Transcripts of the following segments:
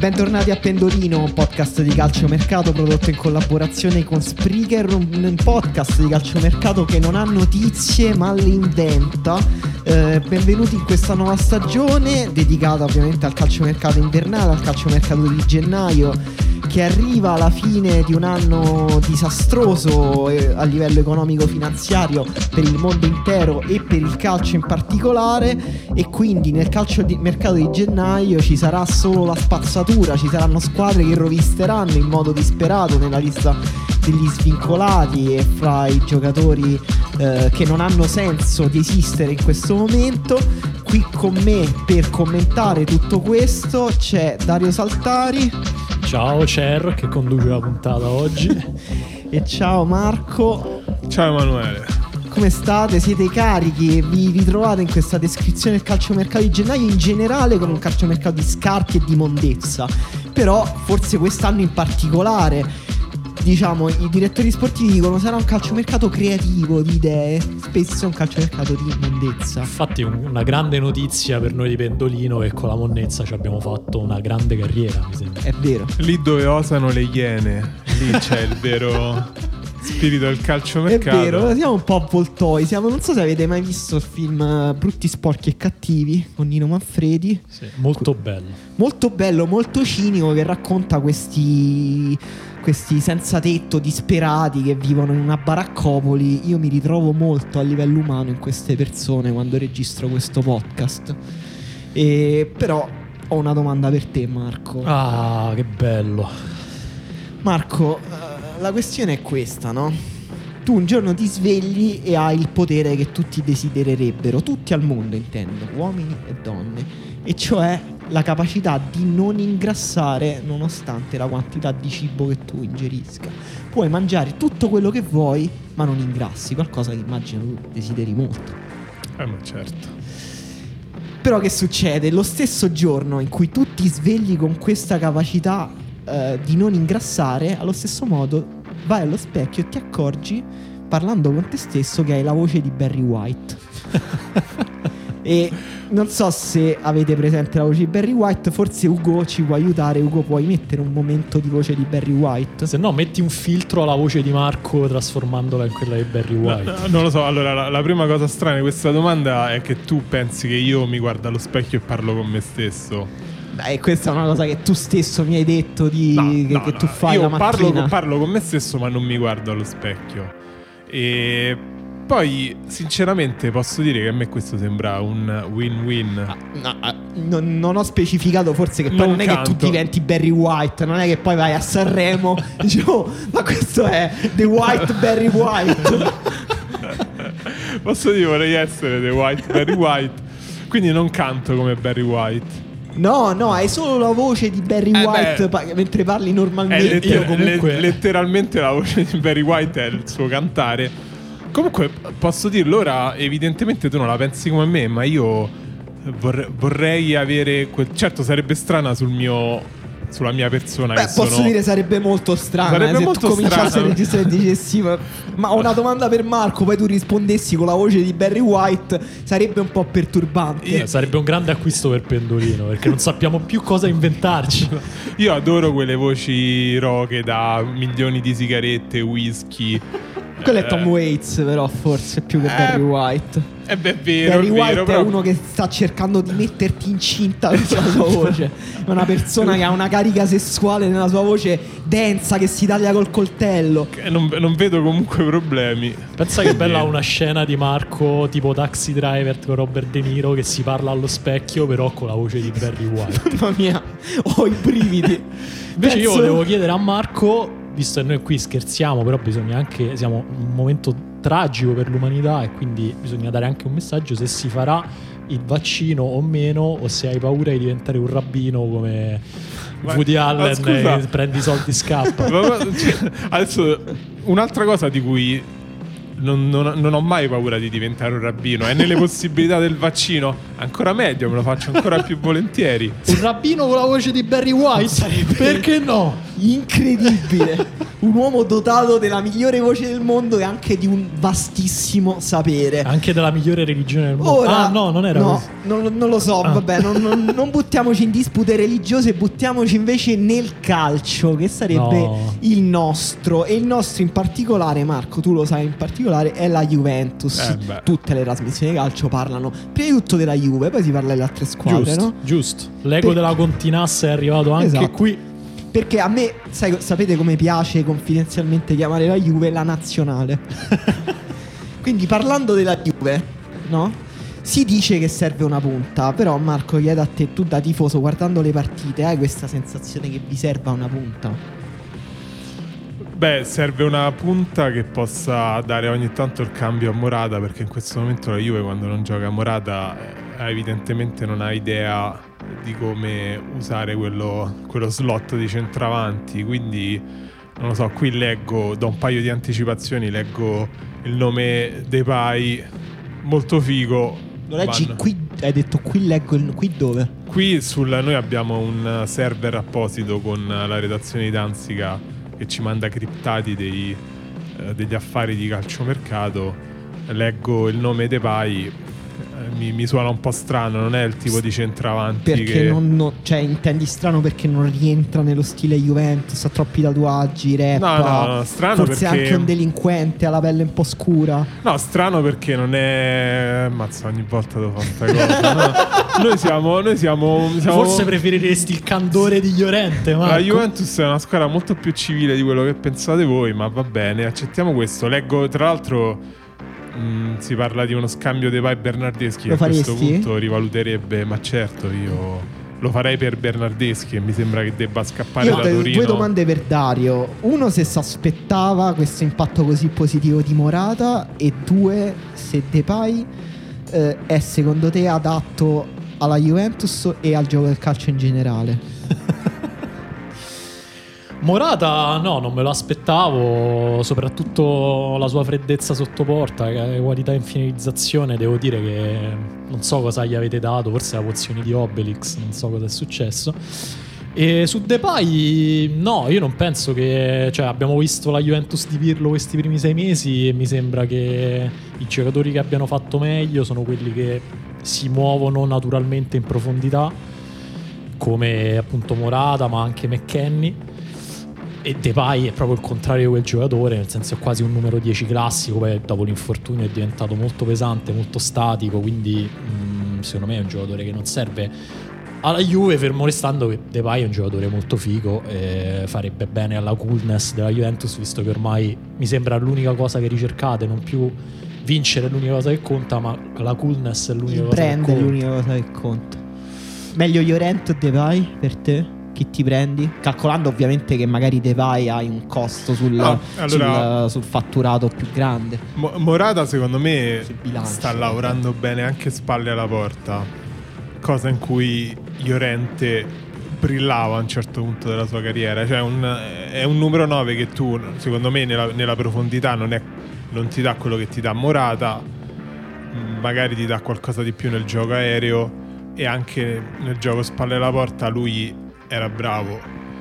Bentornati a Pendolino, un podcast di calciomercato prodotto in collaborazione con Spreaker, un podcast di calciomercato che non ha notizie ma le inventa. Benvenuti in questa nuova stagione dedicata ovviamente al calciomercato invernale, al calciomercato di gennaio, che arriva alla fine di un anno disastroso a livello economico-finanziario per il mondo intero e per il calcio in particolare, e quindi nel calciomercato di gennaio ci sarà solo la spazzatura, ci saranno squadre che rovisteranno in modo disperato nella lista degli svincolati e fra i giocatori che non hanno senso di esistere in questo momento. Qui con me per commentare tutto questo c'è Dario Saltari. Ciao Cher, che conduce la puntata oggi. E ciao Marco. Ciao Emanuele. Come state? Siete carichi? Vi ritrovate in questa descrizione del calciomercato di gennaio in generale come un calciomercato di scarti e di mondezza, però forse quest'anno in particolare, diciamo, i direttori sportivi dicono sarà un calciomercato creativo di idee, spesso è un calciomercato di mondezza. Infatti una grande notizia per noi di Pendolino è che con la monnezza ci abbiamo fatto una grande carriera, mi sembra. È vero. Lì dove osano le iene, lì c'è il vero spirito del calciomercato. È vero, siamo un po' avvoltoi. Non so se avete mai visto il film Brutti, sporchi e cattivi con Nino Manfredi. Sì, molto bello. Molto bello, molto cinico, che racconta questi senza tetto disperati che vivono in una baraccopoli. Io mi ritrovo molto a livello umano in queste persone quando registro questo podcast. Però ho una domanda per te, Marco. Ah, che bello. Marco, la questione è questa, no? Tu un giorno ti svegli e hai il potere che tutti desidererebbero, tutti al mondo intendo, uomini e donne, e cioè la capacità di non ingrassare nonostante la quantità di cibo che tu ingerisca. Puoi mangiare tutto quello che vuoi ma non ingrassi, qualcosa che immagino tu desideri molto. Ma certo. Però che succede? Lo stesso giorno in cui tu ti svegli con questa capacità di non ingrassare, allo stesso modo vai allo specchio e ti accorgi, parlando con te stesso, che hai la voce di Barry White. E non so se avete presente la voce di Barry White, forse Ugo ci può aiutare. Ugo, puoi mettere un momento di voce di Barry White? Se no metti un filtro alla voce di Marco trasformandola in quella di Barry White. No, non lo so, allora la prima cosa strana di questa domanda è che tu pensi che io mi guardo allo specchio e parlo con me stesso. Beh, questa è una cosa che tu stesso mi hai detto che tu fai la mattina. Io parlo con me stesso ma non mi guardo allo specchio. E poi sinceramente posso dire che a me questo sembra un win-win. Non ho specificato forse che poi non è che tu diventi Barry White, non è che poi vai a Sanremo e dici oh, ma questo è The White Barry White. Posso dire, vorrei essere The White Barry White, quindi non canto come Barry White. No, hai solo la voce di Barry White mentre parli normalmente. Io comunque letteralmente la voce di Barry White è il suo cantare. Comunque posso dirlo, ora evidentemente tu non la pensi come me, ma io vorrei avere certo sarebbe strana sulla mia persona. Beh, posso dire sarebbe molto strano. Sarebbe se molto tu cominciassi a registrare e dicessi ma ho una domanda per Marco, poi tu rispondessi con la voce di Barry White, sarebbe un po' perturbante. Sarebbe un grande acquisto per Pendolino, perché non sappiamo più cosa inventarci. Io adoro quelle voci roche da milioni di sigarette, whisky. Quello è Tom Waits, però forse più che Barry White. È vero, Barry White vero, però è uno che sta cercando di metterti incinta con la sua voce. È una persona che ha una carica sessuale nella sua voce densa, che si taglia col coltello. Non vedo comunque problemi. Pensa che bella una scena di Marco tipo Taxi Driver con Robert De Niro che si parla allo specchio però con la voce di Barry White. Mamma mia, ho i brividi. Invece io volevo chiedere a Marco, visto che noi qui scherziamo, però bisogna anche, siamo in un momento tragico per l'umanità e quindi bisogna dare anche un messaggio, se si farà il vaccino o meno, o se hai paura di diventare un rabbino come Woody Allen e prendi i soldi e scappa. Adesso un'altra cosa di cui non ho mai paura di diventare un rabbino. È nelle possibilità del vaccino, ancora meglio, me lo faccio ancora più volentieri. Un rabbino con la voce di Barry White sarebbe, perché no? Incredibile. Un uomo dotato della migliore voce del mondo e anche di un vastissimo sapere. Anche della migliore religione del mondo. Ora, non era così. Non lo so, vabbè, non buttiamoci in dispute religiose, buttiamoci invece nel calcio, che sarebbe il nostro. E il nostro in particolare, Marco, tu lo sai in particolare, è la Juventus. Tutte le trasmissioni di calcio parlano prima di tutto della Juve, poi si parla delle altre squadre, no? Giusto. L'ego della continassa è arrivato anche qui. Perché a me, sapete come piace confidenzialmente chiamare la Juve la nazionale. Quindi parlando della Juve, no? Si dice che serve una punta. Però Marco, chiedo a te, tu da tifoso guardando le partite, hai questa sensazione che vi serva una punta? Beh, serve una punta che possa dare ogni tanto il cambio a Morata, perché in questo momento la Juve, quando non gioca Morata, evidentemente non ha idea di come usare quello slot di centravanti. Quindi non lo so, qui leggo, da un paio di anticipazioni, leggo il nome Depay, molto figo. Lo leggi qui? Hai detto qui leggo qui dove? Qui noi abbiamo un server apposito con la redazione di Danzica che ci manda criptati degli affari di calciomercato. Leggo il nome Depay, mi suona un po' strano, non è il tipo di centravanti perché cioè intendi strano perché non rientra nello stile Juventus, ha troppi tatuaggi, rappa, no, strano forse perché anche un delinquente, ha la pelle un po' scura. No, strano perché non è... Mazza, ogni volta devo fare questa cosa, no? Noi siamo Forse preferiresti il candore di Llorente, Marco. La Juventus è una squadra molto più civile di quello che pensate voi, ma va bene, accettiamo questo. Leggo, tra l'altro, si parla di uno scambio Depay Bernardeschi. Lo a faresti? questo punto rivaluterebbe, ma certo, io lo farei per Bernardeschi e mi sembra che debba scappare da Torino. Due domande per Dario. Uno, se si aspettava questo impatto così positivo di Morata, e due, se Depay è secondo te adatto alla Juventus e al gioco del calcio in generale. Morata no, non me lo aspettavo, soprattutto la sua freddezza sotto porta, le qualità in finalizzazione. Devo dire che non so cosa gli avete dato, forse la pozione di Obelix, non so cosa è successo. E su Depay no, io non penso che... Cioè, abbiamo visto la Juventus di Pirlo questi primi 6 mesi e mi sembra che i giocatori che abbiano fatto meglio sono quelli che si muovono naturalmente in profondità, come appunto Morata, ma anche McKennie. E Depay è proprio il contrario di quel giocatore, nel senso è quasi un numero 10 classico. Poi dopo l'infortunio è diventato molto pesante, molto statico, quindi secondo me è un giocatore che non serve alla Juve, fermo restando che Depay è un giocatore molto figo e farebbe bene alla coolness della Juventus, visto che ormai mi sembra l'unica cosa che ricercate, non più vincere è l'unica cosa che conta, ma la coolness è l'unica cosa che conta. È l'unica cosa che conta. Meglio Llorente o Depay per te? Chi ti prendi? Calcolando ovviamente che magari Depay hai un costo sul fatturato più grande. Morata secondo me sta lavorando bene anche spalle alla porta, cosa in cui Llorente brillava a un certo punto della sua carriera. Cioè è un numero 9 che tu, secondo me, nella profondità non ti dà quello che ti dà Morata, magari ti dà qualcosa di più nel gioco aereo, e anche nel gioco spalle alla porta lui era bravo.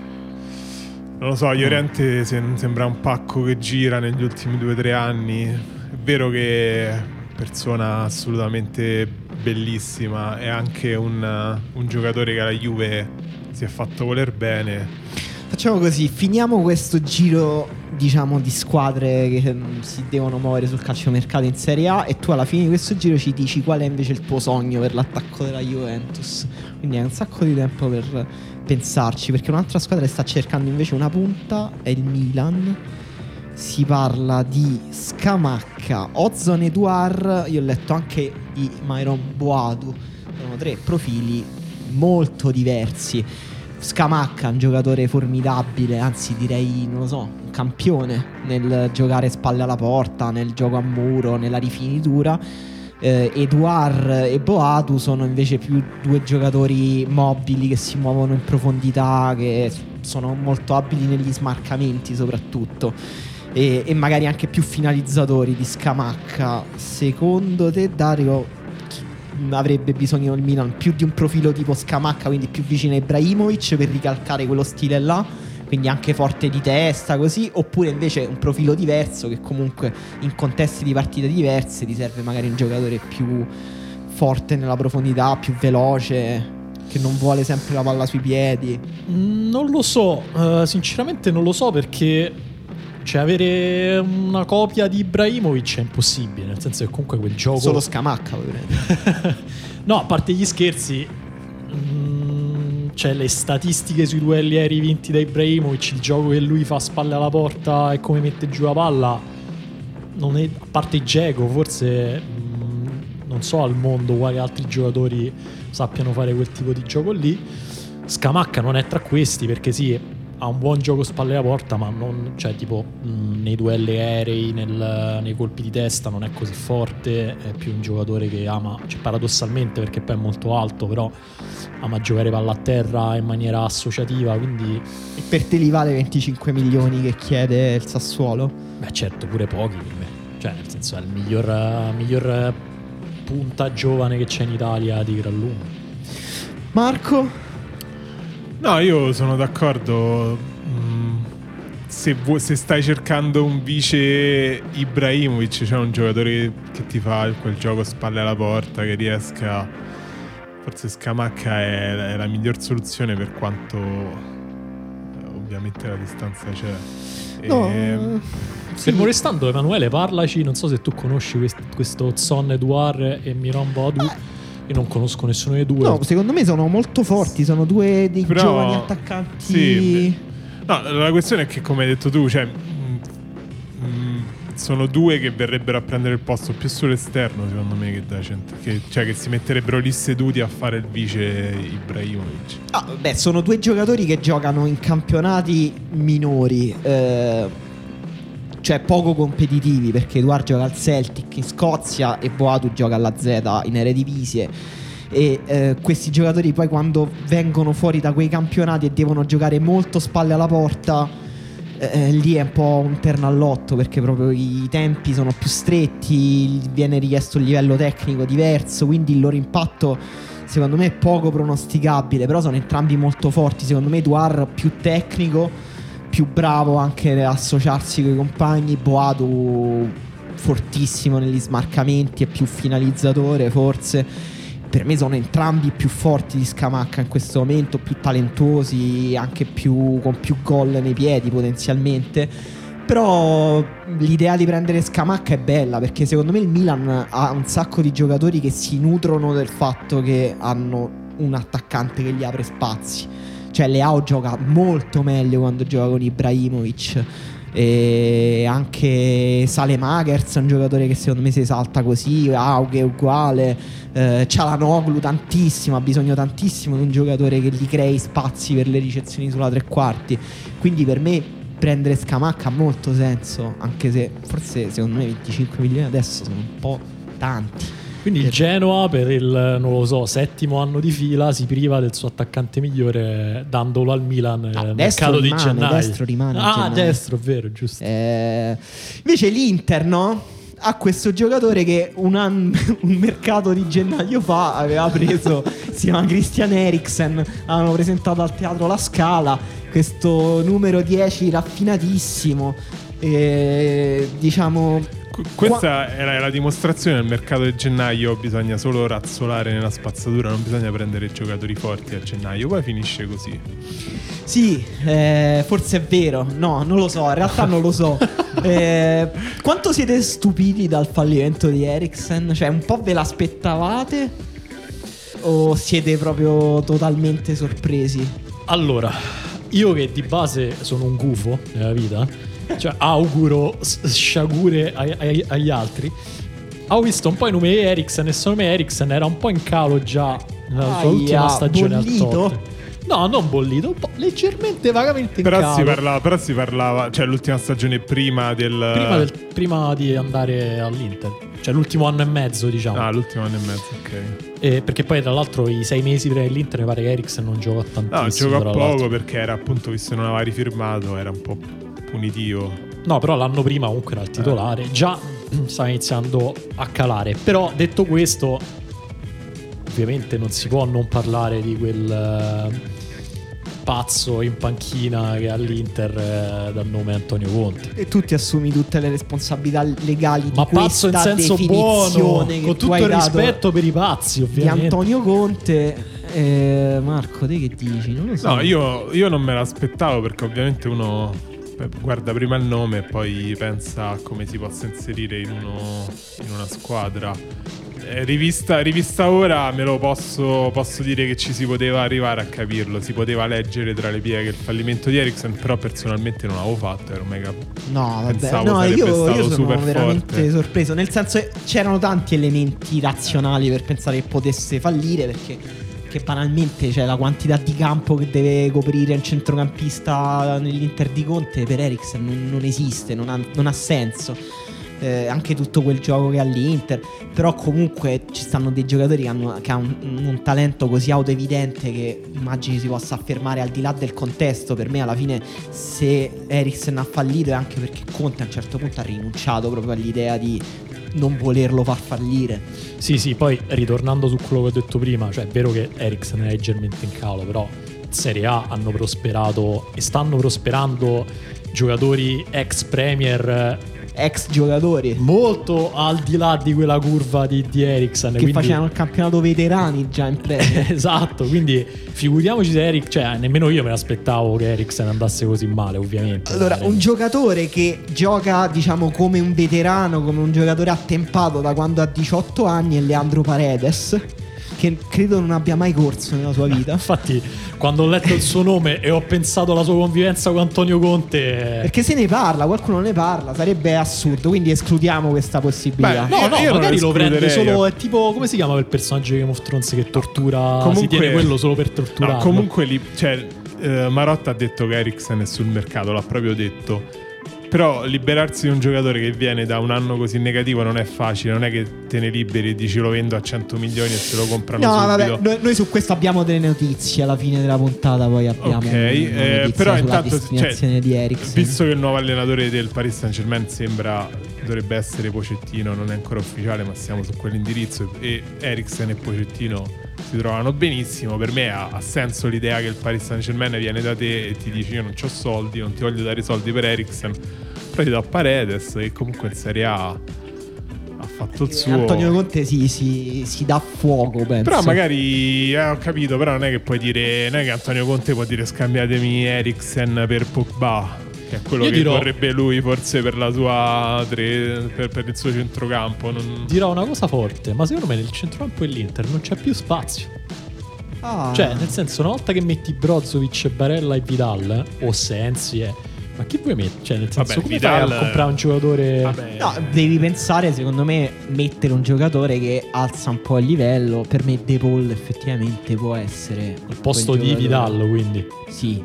Non lo so, Llorente sembra un pacco che gira negli ultimi 2-3 anni. È vero che è persona assolutamente bellissima, è anche un giocatore che alla Juve si è fatto voler bene. Facciamo così, finiamo questo giro, diciamo, di squadre che si devono muovere sul calciomercato in Serie A, e tu alla fine di questo giro ci dici qual è invece il tuo sogno per l'attacco della Juventus. Quindi hai un sacco di tempo per pensarci, perché un'altra squadra che sta cercando invece una punta è il Milan. Si parla di Scamacca, Ozan Edouard, io ho letto anche di Myron Boadu. Sono 3 profili molto diversi. Scamacca è un giocatore formidabile, anzi direi, non lo so, un campione nel giocare spalle alla porta, nel gioco a muro, nella rifinitura. Edouard e Boadu sono invece più 2 giocatori mobili che si muovono in profondità, che sono molto abili negli smarcamenti soprattutto. e magari anche più finalizzatori di Scamacca. Secondo te, Dario, avrebbe bisogno il Milan più di un profilo tipo Scamacca, quindi più vicino a Ibrahimovic, per ricalcare quello stile là, quindi anche forte di testa così, oppure invece un profilo diverso che comunque in contesti di partite diverse ti serve magari un giocatore più forte nella profondità, più veloce, che non vuole sempre la palla sui piedi? Non lo so, sinceramente non lo so, perché avere una copia di Ibrahimovic è impossibile, nel senso che comunque quel gioco... Solo Scamacca, ovviamente. No, a parte gli scherzi, le statistiche sui duelli aerei vinti da Ibrahimovic, il gioco che lui fa a spalle alla porta e come mette giù la palla, non è, a parte Dzeko, forse non so al mondo quali altri giocatori sappiano fare quel tipo di gioco lì. Scamacca non è tra questi, perché sì, ha un buon gioco spalle alla porta, ma non, nei duelli aerei, nei colpi di testa non è così forte. È più un giocatore che ama, paradossalmente, perché poi è molto alto, però ama giocare palla a terra in maniera associativa, quindi... E per te li vale 25 milioni che chiede il Sassuolo? Beh, certo, pure pochi per me. Nel senso, è il miglior punta giovane che c'è in Italia di gran lunga. Marco? No, io sono d'accordo. Se stai cercando un vice Ibrahimovic, c'è un giocatore che ti fa quel gioco spalle alla porta, che riesca... Forse Scamacca è la miglior soluzione, per quanto ovviamente la distanza c'è. No. Fermo restando, Emanuele, parlaci. Non so se tu conosci questo Zon Edouard e Miran Boadu. Io non conosco nessuno dei due. No, secondo me sono molto forti. Sono due dei giovani attaccanti. Sì. No, la questione è che, come hai detto tu, sono due che verrebbero a prendere il posto più sull'esterno, secondo me, che da centro, che si metterebbero lì seduti a fare il vice Ibrahimovic. Sono due giocatori che giocano in campionati minori, poco competitivi, perché Edouard gioca al Celtic in Scozia e Boadu gioca alla Z in Eredivisie. E questi giocatori poi, quando vengono fuori da quei campionati e devono giocare molto spalle alla porta, lì è un po' un terno all'otto, perché proprio i tempi sono più stretti, viene richiesto un livello tecnico diverso, quindi il loro impatto secondo me è poco pronosticabile. Però sono entrambi molto forti. Secondo me Edouard più tecnico, più bravo anche ad associarsi con i compagni. Boadu fortissimo negli smarcamenti e più finalizzatore, forse. Per me sono entrambi più forti di Scamacca in questo momento, più talentuosi, anche con più gol nei piedi potenzialmente. Però l'idea di prendere Scamacca è bella, perché secondo me il Milan ha un sacco di giocatori che si nutrono del fatto che hanno un attaccante che gli apre spazi. Leao gioca molto meglio quando gioca con Ibrahimovic, e anche Saelemaekers è un giocatore che secondo me si esalta così. Auge è uguale, Çalhanoğlu tantissimo, ha bisogno tantissimo di un giocatore che gli crei spazi per le ricezioni sulla tre quarti. Quindi per me prendere Scamacca ha molto senso, anche se forse secondo me 25 milioni adesso sono un po' tanti. Quindi il Genoa per il, non lo so, 7° anno di fila si priva del suo attaccante migliore, dandolo al Milan nel mercato di gennaio. Destro rimane. Destro, è vero, giusto. Invece l'Inter, no? Ha questo giocatore che un mercato di gennaio fa aveva preso, si chiama Christian Eriksen, avevano presentato al Teatro La Scala, questo numero 10 raffinatissimo, questa è la dimostrazione del mercato di gennaio. Bisogna solo razzolare nella spazzatura, non bisogna prendere giocatori forti a gennaio, poi finisce così. Sì, forse è vero. No, non lo so, in realtà non lo so. Quanto siete stupiti dal fallimento di Eriksen? Un po' ve l'aspettavate o siete proprio totalmente sorpresi? Allora, io che di base sono un gufo nella vita, auguro sciagure agli altri, ho visto un po' i numeri di Eriksen e secondo me Eriksen era un po' in calo già nella sua ultima stagione al Tottenham. No, non bollito, un po' leggermente, vagamente in calo. Però si parlava, l'ultima stagione prima di andare all'Inter, l'ultimo anno e mezzo, diciamo. L'ultimo anno e mezzo, ok. Perché poi tra l'altro i 6 mesi prima dell'Inter mi pare che Eriksen non giocò tantissimo. No, giocò poco perché era, appunto, visto che non aveva rifirmato, era un po' punitivo. No, però l'anno prima comunque era il titolare. Già stava iniziando a calare. Però detto questo, ovviamente non si può non parlare di quel pazzo in panchina che all'Inter dal nome Antonio Conte. E tu ti assumi tutte le responsabilità legali ma di pazzo in questa senso definizione buono, che con tu tutto hai il dato rispetto per i pazzi, ovviamente. di Antonio Conte. Marco, te che dici? Non lo so. No, io non me l'aspettavo, perché ovviamente uno guarda prima il nome e poi pensa a come si possa inserire in una squadra. Rivista ora me lo posso dire che ci si poteva arrivare a capirlo, si poteva leggere tra le pieghe il fallimento di Eriksen, però personalmente non l'avevo fatto, ero mega. No, vabbè, pensavo no, sarebbe io stato sono super veramente forte. sorpreso. Nel senso che c'erano tanti elementi razionali per pensare che potesse fallire, perché che banalmente c'è la quantità di campo che deve coprire un centrocampista nell'Inter di Conte per Eriksen non esiste, non ha senso. Anche tutto quel gioco che ha l'Inter, però comunque ci stanno dei giocatori che hanno un talento così autoevidente che immagini si possa affermare al di là del contesto. Per me alla fine, se Eriksen ha fallito, è anche perché Conte a un certo punto ha rinunciato proprio all'idea di non volerlo far fallire. Sì, poi ritornando su quello che ho detto prima, cioè è vero che Eriksen è leggermente in calo, però in Serie A hanno prosperato e stanno prosperando giocatori ex Premier, Ex giocatori molto al di là di quella curva di Eriksen, che quindi facevano il campionato veterani già in Premier. esatto, quindi figuriamoci se cioè nemmeno io me l'aspettavo che Eriksen andasse così male, ovviamente. Allora, un giocatore che gioca, diciamo, come un veterano, come un giocatore attempato da quando ha 18 anni è Leandro Paredes, che credo non abbia mai corso nella sua vita. Infatti, quando ho letto il suo nome e ho pensato alla sua convivenza con Antonio Conte, perché se ne parla, qualcuno ne parla, sarebbe assurdo, quindi escludiamo questa possibilità. Beh, no, io non magari lo prende escluderei. solo, è tipo, come si chiama quel personaggio di Game of Thrones che tortura, Comunque, si tiene quello solo per torturare. No, comunque Marotta ha detto che Eriksen è sul mercato, l'ha proprio detto. Però liberarsi di un giocatore che viene da un anno così negativo non è facile, non è che te ne liberi e dici lo vendo a 100 milioni e se lo comprano No, subito. vabbè, noi su questo abbiamo delle notizie alla fine della puntata, poi abbiamo Ok, una notizia però sulla intanto destinazione di Eriksen. visto che il nuovo allenatore del Paris Saint-Germain dovrebbe essere Pochettino, non è ancora ufficiale, ma siamo su quell'indirizzo, e Eriksen e Pochettino si trovano benissimo. Per me ha senso l'idea che il Paris Saint-Germain viene da te e ti dice io non c'ho soldi, non ti voglio dare soldi per Eriksen, però ti do Paredes, che comunque in Serie A ha fatto il suo. Antonio Conte si dà fuoco, penso. Però magari ho capito, però non è che puoi dire, non è che Antonio Conte può dire scambiatemi Eriksen per Pogba, che è quello che vorrebbe lui forse per la sua per il suo centrocampo. Dirò una cosa forte, ma secondo me nel centrocampo dell'Inter non c'è più spazio. Cioè, nel senso, una volta che metti Brozovic, Barella e Vidal o Sensi, ma chi vuoi mettere? Cioè, nel senso, come Vidal, fai a comprare un giocatore? No, devi pensare, secondo me, mettere un giocatore che alza un po' il livello. Per me De Paul effettivamente può essere al posto di Vidal, quindi. Sì.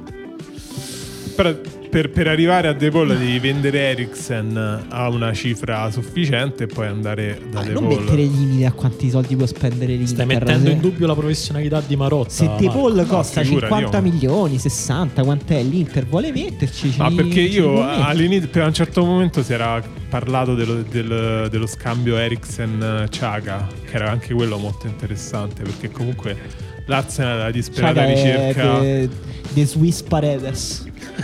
Però per arrivare a De Paul devi vendere Eriksen a una cifra sufficiente e poi andare da De non Paul. mettere limiti a quanti soldi può spendere l'Inter. Stai mettendo in dubbio la professionalità di Marotta. Se De Paul costa figurati, 50 milioni, 60, quant'è? L'Inter vuole metterci? Ma perché io all'inizio, per un certo momento si era parlato dello scambio Eriksen-Ciaga, che era anche quello molto interessante, perché comunque l'Arsenal alla disperata ricerca The Swiss Paredes.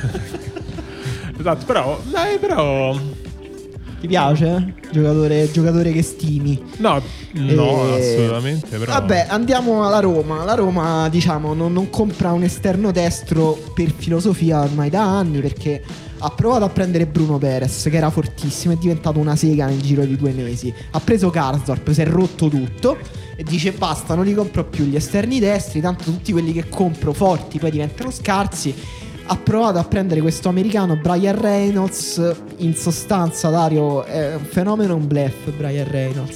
Esatto, però ti piace? Giocatore che stimi? No, assolutamente. Però vabbè, andiamo alla Roma. La Roma, diciamo, non compra un esterno destro per filosofia ormai da anni, perché ha provato a prendere Bruno Perez, che era fortissimo, è diventato una sega nel giro di 2 mesi. Ha preso Karsdorp, si è rotto tutto e dice basta, non li compro più gli esterni destri, tanto tutti quelli che compro forti poi diventano scarsi. Ha provato a prendere questo americano Brian Reynolds. In sostanza, Dario, è un fenomeno, un bluff Brian Reynolds.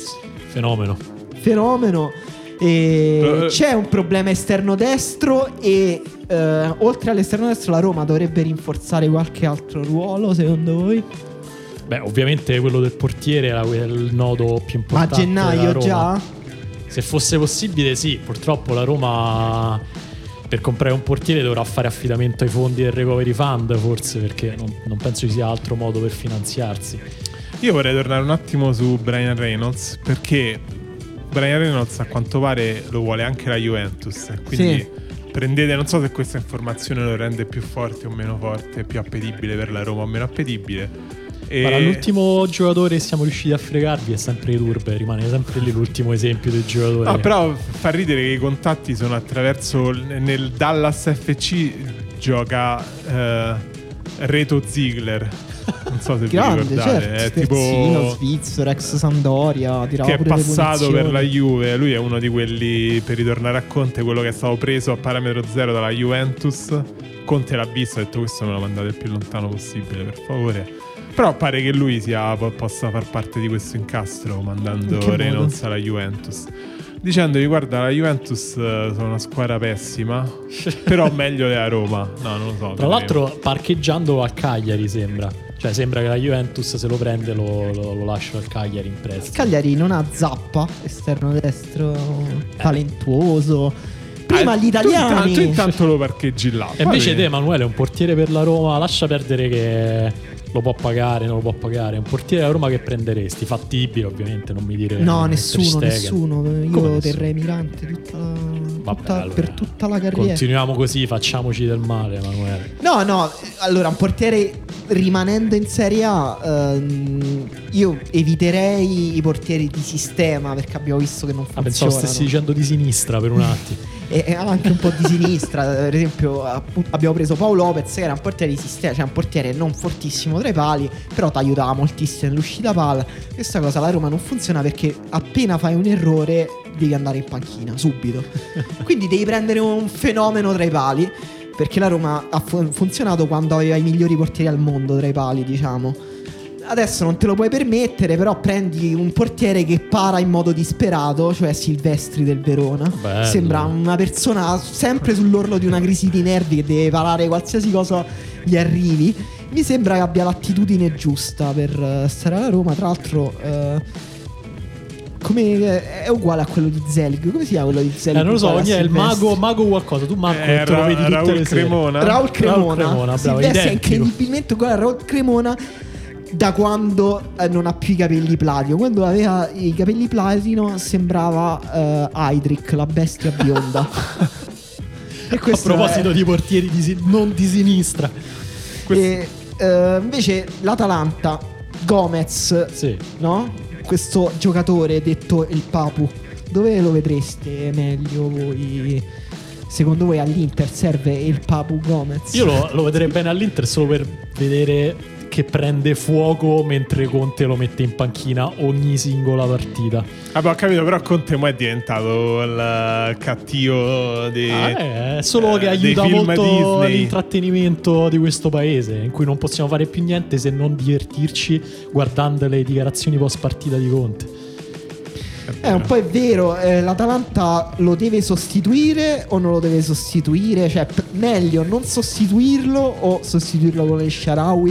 Fenomeno. E c'è un problema esterno destro e oltre all'esterno destro la Roma dovrebbe rinforzare qualche altro ruolo, secondo voi? Beh, ovviamente quello del portiere era il nodo più importante. Ma a gennaio già? Se fosse possibile, sì. Purtroppo la Roma per comprare un portiere dovrà fare affidamento ai fondi del Recovery Fund, forse, perché non penso ci sia altro modo per finanziarsi. Io vorrei tornare un attimo su Brian Reynolds, perché Brian Reynolds a quanto pare lo vuole anche la Juventus, quindi prendete, non so se questa informazione lo rende più forte o meno forte, più appetibile per la Roma o meno appetibile. Guarda, l'ultimo giocatore che siamo riusciti a fregarvi è sempre Iturbe, rimane sempre lì l'ultimo esempio del giocatore. No, però fa ridere che i contatti sono attraverso, nel Dallas FC gioca Reto Ziegler, non so se grande, vi ricordate, certo, è tipo svizzero, ex Sampdoria, tirava che è pure le passato punizioni. per la Juve. Lui è uno di quelli, per ritornare a Conte, quello che è stato preso a parametro zero dalla Juventus. Conte l'ha visto e ha detto: questo me lo mandate il più lontano possibile, per favore. Però pare che lui possa far parte di questo incastro, mandando Reynolds alla Juventus, dicendogli: guarda, la Juventus sono una squadra pessima, però meglio della Roma. No, non lo so. Tra l'altro parcheggiando a Cagliari sembra. Cioè sembra che la Juventus se lo prende lo lascia al Cagliari in prestito. Cagliari non ha Zappa, esterno destro, talentuoso. Prima gli italiani. Tu intanto lo parcheggi là. E invece te, Emanuele, un portiere per la Roma, lascia perdere che lo può pagare, non lo può pagare. Un portiere della Roma che prenderesti? Fattibile, ovviamente, non mi dire. No, nessuno. Io Come terrei Mirante per tutta la carriera. Continuiamo così, facciamoci del male, Emanuele. No, allora un portiere rimanendo in Serie A, io eviterei i portieri di sistema, perché abbiamo visto che non funzionano. Pensavo stessi dicendo di sinistra per un attimo. E anche un po' di sinistra. Per esempio abbiamo preso Paolo Lopez, che era un portiere di sistema, cioè un portiere non fortissimo tra i pali, però ti aiutava moltissimo nell'uscita palla. Questa cosa alla Roma non funziona, perché appena fai un errore devi andare in panchina subito. Quindi devi prendere un fenomeno tra i pali, perché la Roma ha funzionato quando aveva i migliori portieri al mondo tra i pali, diciamo. Adesso non te lo puoi permettere, però prendi un portiere che para in modo disperato, cioè Silvestri del Verona. Bello. Sembra una persona sempre sull'orlo di una crisi di nervi, che deve parare qualsiasi cosa gli arrivi. Mi sembra che abbia l'attitudine giusta per stare alla Roma. Tra l'altro è uguale a quello di Zelig. Come si chiama quello di Zelig? Non lo so, è il mago qualcosa. Tu Marco te lo vedi tutte Raul le sere. Cremona. Raul Cremona, bravo, è incredibilmente uguale a Raul Cremona, da quando non ha più i capelli platino. Quando aveva i capelli platino sembrava Heydrich, la bestia bionda. E a proposito di portieri non di sinistra. Invece l'Atalanta, Gomez, sì, no? Questo giocatore detto il Papu, dove lo vedreste meglio voi? Secondo voi all'Inter serve il Papu Gomez? Io lo vedrei bene all'Inter solo per vedere che prende fuoco mentre Conte lo mette in panchina ogni singola partita. Ho capito, però Conte mo è diventato il cattivo è solo che aiuta molto Disney. L'intrattenimento di questo paese, in cui non possiamo fare più niente se non divertirci guardando le dichiarazioni post partita di Conte. Un po' è vero, l'Atalanta lo deve sostituire o non lo deve sostituire? Cioè, meglio non sostituirlo o sostituirlo con il Shaarawy?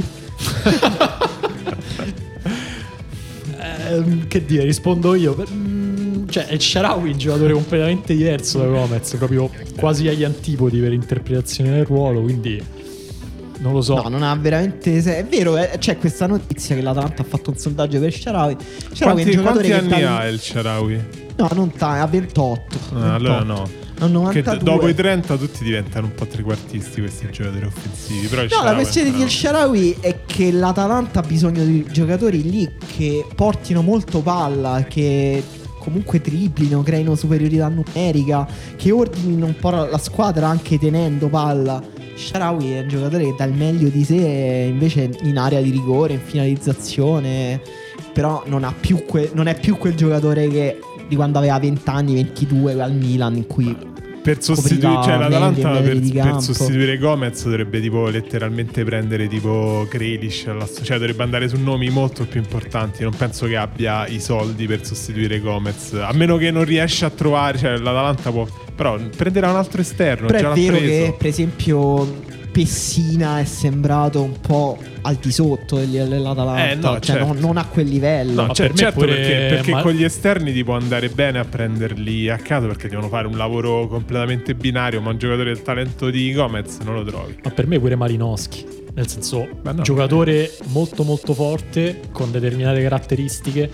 Che dire, rispondo io. Cioè, il Shaarawy è un giocatore completamente diverso da Gomez, proprio quasi agli antipodi per interpretazione del ruolo, quindi non lo so. No, non ha veramente. È vero, c'è questa notizia che l'Atalanta ha fatto un sondaggio per Shaarawy. Quanti anni ha il Shaarawy? No, non ha 28. Allora no. Che dopo i 30 tutti diventano un po' trequartisti questi giocatori offensivi. Però la questione di El Shaarawy è che l'Atalanta ha bisogno di giocatori lì che portino molto palla, che comunque dribblino, creino superiorità numerica, che ordinino un po' la squadra anche tenendo palla. Shaarawy è un giocatore che dà il meglio di sé invece in area di rigore, in finalizzazione, però non è più quel giocatore che di quando aveva 20 anni, 22 al Milan, in cui per sostituire, cioè l'Atalanta per sostituire Gomez dovrebbe tipo letteralmente prendere tipo Grealish, cioè dovrebbe andare su nomi molto più importanti. Non penso che abbia i soldi per sostituire Gomez, a meno che non riesce a trovare, cioè l'Atalanta può, però prenderà un altro esterno. Però già è vero preso. che per esempio Pessina è sembrato un po' al di sotto dell'Atalanta, no, cioè certo. non a quel livello. No, per me certo, pure- perché ma- con gli esterni ti può andare bene a prenderli a caso, perché devono fare un lavoro completamente binario, ma un giocatore del talento di Gomez non lo trovi. Ma per me pure Malinowski, nel senso, Beh, no. giocatore molto molto forte con determinate caratteristiche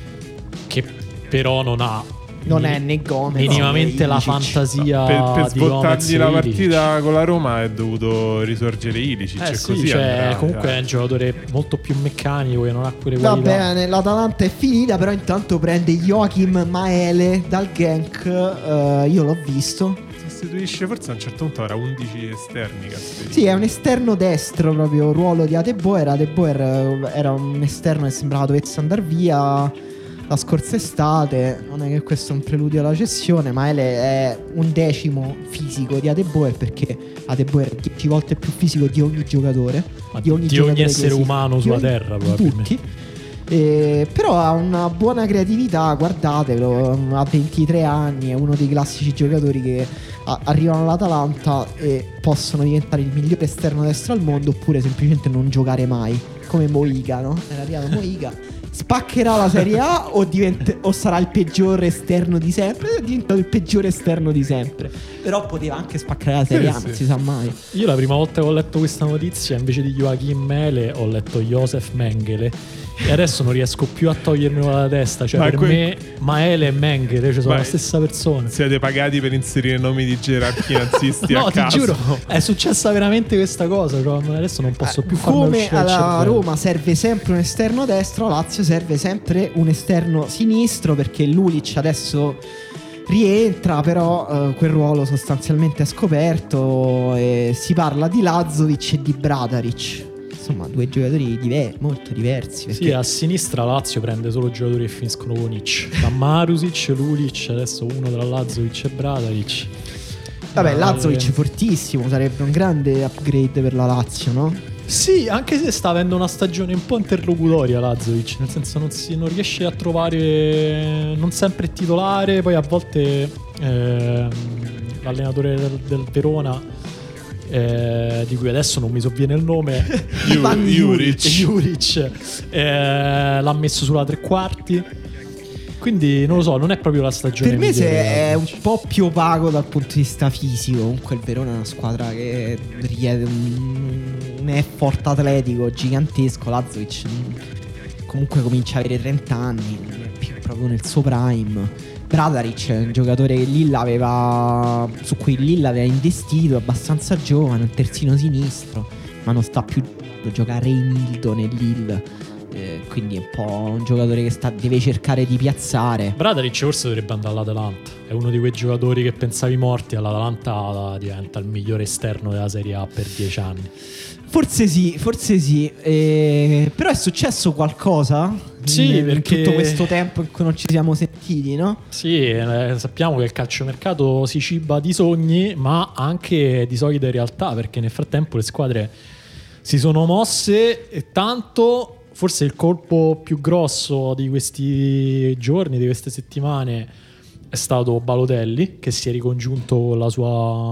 che però non ha è né Gomez minimamente né la Ilicic. fantasia Per di Gomez svoltargli e la Ilicic. partita con la Roma è dovuto risorgere Ilicic, e Sì, così cioè, andrà, comunque è un giocatore molto più meccanico che non ha quelle qualità. Va bene, l'Atalanta è finita, però intanto prende Joachim Maele dal Genk. Io l'ho visto. Sostituisce, forse a un certo punto avrà 11 esterni. Castellini. Sì, è un esterno destro, proprio ruolo di Adeboer. Adeboer era un esterno che sembrava dovesse andare via la scorsa estate. Non è che questo è un preludio alla cessione. Maele è un decimo fisico di Adeboer, perché Adeboer è 10 volte più fisico di ogni giocatore, Ma di ogni di giocatore ogni essere che esiste, umano di sulla ogni- terra, di probabilmente. tutti. Però ha una buona creatività, guardatelo, ha 23 anni, è uno dei classici giocatori che arrivano all'Atalanta e possono diventare il migliore esterno destro al mondo, oppure semplicemente non giocare mai, come Moica, no? Era arrivato Moica, spaccherà la Serie A o sarà il peggior esterno di sempre? È diventato il peggiore esterno di sempre, però poteva anche spaccare la Serie A, Sì, non sì. si sa mai. Io la prima volta che ho letto questa notizia, invece di Joachim Mele, ho letto Josef Mengele. E adesso non riesco più a togliermelo dalla testa. Cioè, Ma per me Maele e Mengele, cioè, sono Beh, la stessa persona. Siete pagati per inserire nomi di gerarchia nazisti No, a ti caso. giuro, è successa veramente questa cosa. Cioè, adesso non posso più farmi Come uscire dal alla cervello. Roma serve sempre un esterno destro, a Lazio serve sempre un esterno sinistro, perché Lulic adesso rientra, però quel ruolo sostanzialmente è scoperto e si parla di Lazovic e di Bradaric. Insomma, due giocatori molto diversi. Sì, Perché a sinistra Lazio prende solo giocatori che finiscono con Ic. Da Marusic, Lulic, adesso uno tra Lazovic e Bradaric. vabbè, Ma, Lazovic fortissimo, sarebbe un grande upgrade per la Lazio, no? Sì, anche se sta avendo una stagione un po' interlocutoria Lazovic, nel senso non riesce a trovare, non sempre è titolare, poi a volte l'allenatore del Verona, di cui adesso non mi sovviene il nome, Ivan Juric, l'ha messo sulla tre quarti. Quindi non lo so, non è proprio la stagione Per me migliore se è un Lazovic. po' più opaco dal punto di vista fisico. Comunque il Verona è una squadra che richiede un effort atletico gigantesco. Lazovic comunque comincia a avere 30 anni, non è più proprio nel suo prime. Bradaric è un giocatore che su cui Lilla aveva investito, abbastanza giovane, un terzino sinistro, ma non sta più a giocare in Reinildo nel Lille. Quindi è un po' un giocatore che deve cercare di piazzare. Bradaric forse dovrebbe andare all'Atalanta. È uno di quei giocatori che pensavi morti. All'Atalanta diventa il migliore esterno della Serie A per 10 anni. Forse sì. Però è successo qualcosa Sì, in perché tutto questo tempo in cui non ci siamo sentiti, no? Sì, sappiamo che il calciomercato si ciba di sogni, ma anche di solide realtà, perché nel frattempo le squadre si sono mosse e tanto. Forse il colpo più grosso di questi giorni, di queste settimane, è stato Balotelli, che si è ricongiunto con la sua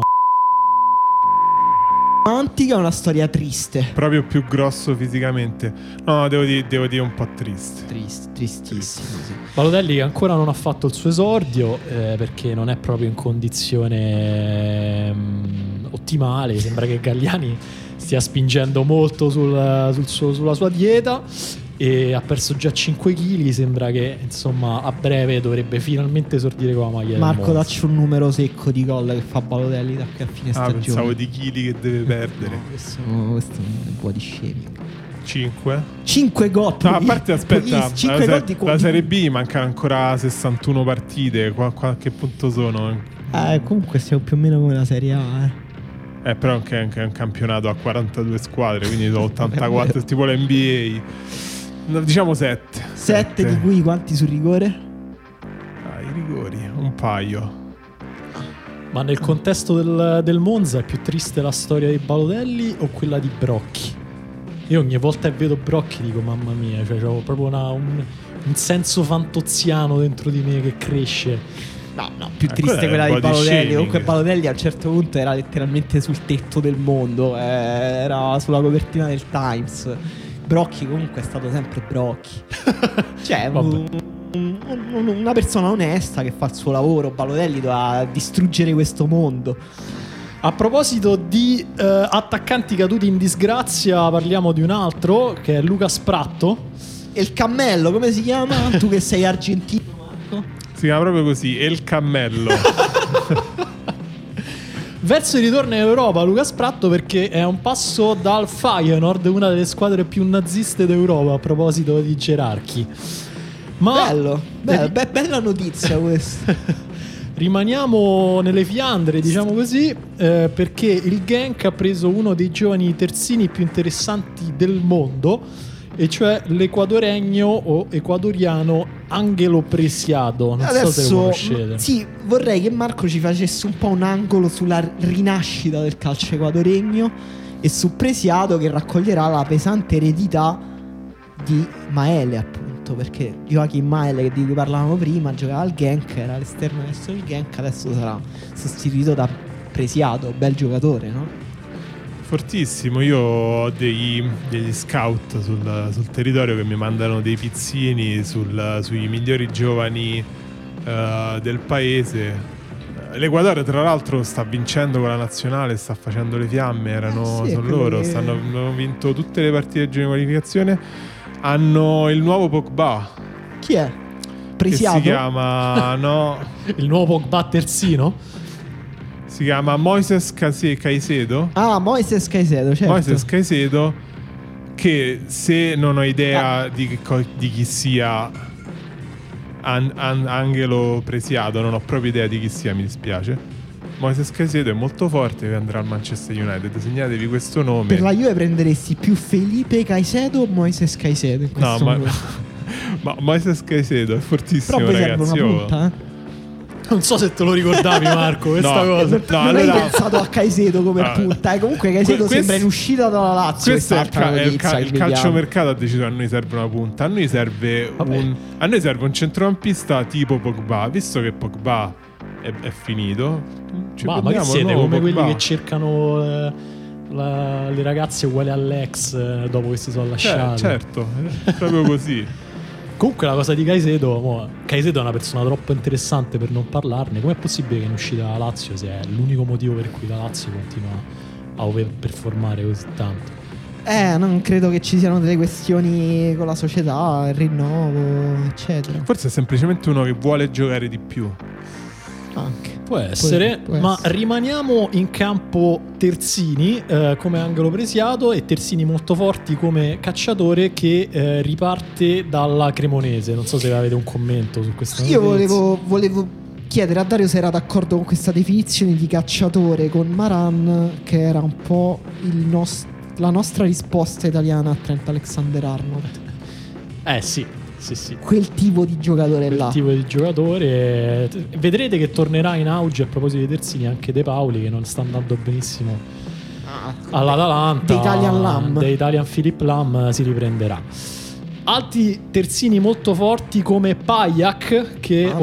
Antica è una storia triste. Proprio più grosso fisicamente. No, devo dire un po' triste. Tristissimo, sì. Balotelli che ancora non ha fatto il suo esordio, perché non è proprio in condizione ottimale. Sembra che Galliani stia spingendo molto sulla sua dieta e ha perso già 5 kg. Sembra che insomma a breve dovrebbe finalmente esordire con la maglia Marco, del Monza. dacci un numero secco di gol che fa Balotelli da qui a fine stagione. Pensavo di chili che deve perdere. Questo è un po' di scemi. 5? 5 gol. No, a parte aspetta, 5 gol di la Serie B mancano ancora 61 partite. A che punto sono? Comunque siamo più o meno come la Serie A, Però anche è un campionato a 42 squadre, quindi sono 84, tipo l'NBA. No, diciamo 7. 7 di cui quanti sul rigore? I rigori, un paio. Ma nel contesto del Monza è più triste la storia di Balotelli o quella di Brocchi? Io ogni volta che vedo Brocchi dico mamma mia, cioè ho proprio un senso fantoziano dentro di me che cresce. No, più triste quella di Balotelli. Comunque Balotelli a un certo punto era letteralmente sul tetto del mondo, era sulla copertina del Times. Brocchi comunque è stato sempre Brocchi. Cioè una persona onesta che fa il suo lavoro. Balotelli doveva distruggere questo mondo. A proposito di attaccanti caduti in disgrazia, parliamo di un altro che è Lucas Pratto. E il cammello, come si chiama? Tu che sei argentino, Marco? Si chiama proprio così, El Cammello. Verso il ritorno in Europa Lucas Pratto, perché è un passo dal Feyenoord, una delle squadre più naziste d'Europa, a proposito di gerarchi. Ma bella notizia questa. Rimaniamo nelle Fiandre, diciamo così, perché il Genk ha preso uno dei giovani terzini più interessanti del mondo, e cioè l'equadoregno o equadoriano Angelo Preciado. Non so se lo conoscete. Sì, vorrei che Marco ci facesse un po' un angolo sulla rinascita del calcio equadoregno e su Preciado, che raccoglierà la pesante eredità di Maele, appunto, perché Joachim Maele, di cui parlavamo prima, giocava al Genk, era l'esterno destro del Genk, adesso sarà sostituito da Preciado, bel giocatore, no? Fortissimo. Io ho degli scout sul territorio che mi mandano dei pizzini sui migliori giovani del paese. L'Equador tra l'altro sta vincendo con la nazionale, sta facendo le fiamme, sono loro, hanno vinto tutte le partite di giorno di qualificazione. Hanno il nuovo Pogba. Chi è? Preciado? Che si chiama il nuovo Pogba terzino? Si chiama Moises Caicedo. Ah, Moises Caicedo, certo. Moises Caicedo, che se non ho idea di chi sia Angelo Preciado, non ho proprio idea di chi sia, mi dispiace. Moises Caicedo è molto forte, che andrà al Manchester United. Segnatevi questo nome. Per la Juve prenderesti più Felipe Caicedo o Moises Caicedo in questo momento? ma Moises Caicedo è fortissimo, però ragazzi. Serve una punta, Non so se te lo ricordavi, Marco, questa cosa. Non hai pensato a Caicedo come punta. Comunque Caicedo sembra in uscita dalla Lazio. Questo è il calciomercato. Ha deciso: a noi serve una punta, a noi serve un centrocampista tipo Pogba. Visto che Pogba è finito, ma che siete come Pogba, quelli che cercano le ragazze uguali all'ex dopo che si sono lasciate. Certo, è proprio così. Comunque la cosa di Caicedo è una persona troppo interessante per non parlarne. Com'è possibile che in uscita la Lazio, se è l'unico motivo per cui la Lazio continua a performare così tanto? Non credo che ci siano delle questioni con la società, il rinnovo, eccetera. Forse è semplicemente uno che vuole giocare di più. Anche. Può essere, ma rimaniamo in campo terzini come Angelo Preciado e terzini molto forti come Cacciatore, che riparte dalla Cremonese. Non so se avete un commento su questa notizia. Io volevo chiedere a Dario se era d'accordo con questa definizione di Cacciatore con Maran, che era un po' la nostra risposta italiana a Trent Alexander-Arnold. Sì. Quel tipo di giocatore là. Quel tipo di giocatore. Vedrete che tornerà in auge, a proposito di terzini, anche De Pauli, che non sta andando benissimo all'Atalanta. The Italian Philip Lam si riprenderà. Altri terzini molto forti come Pajac,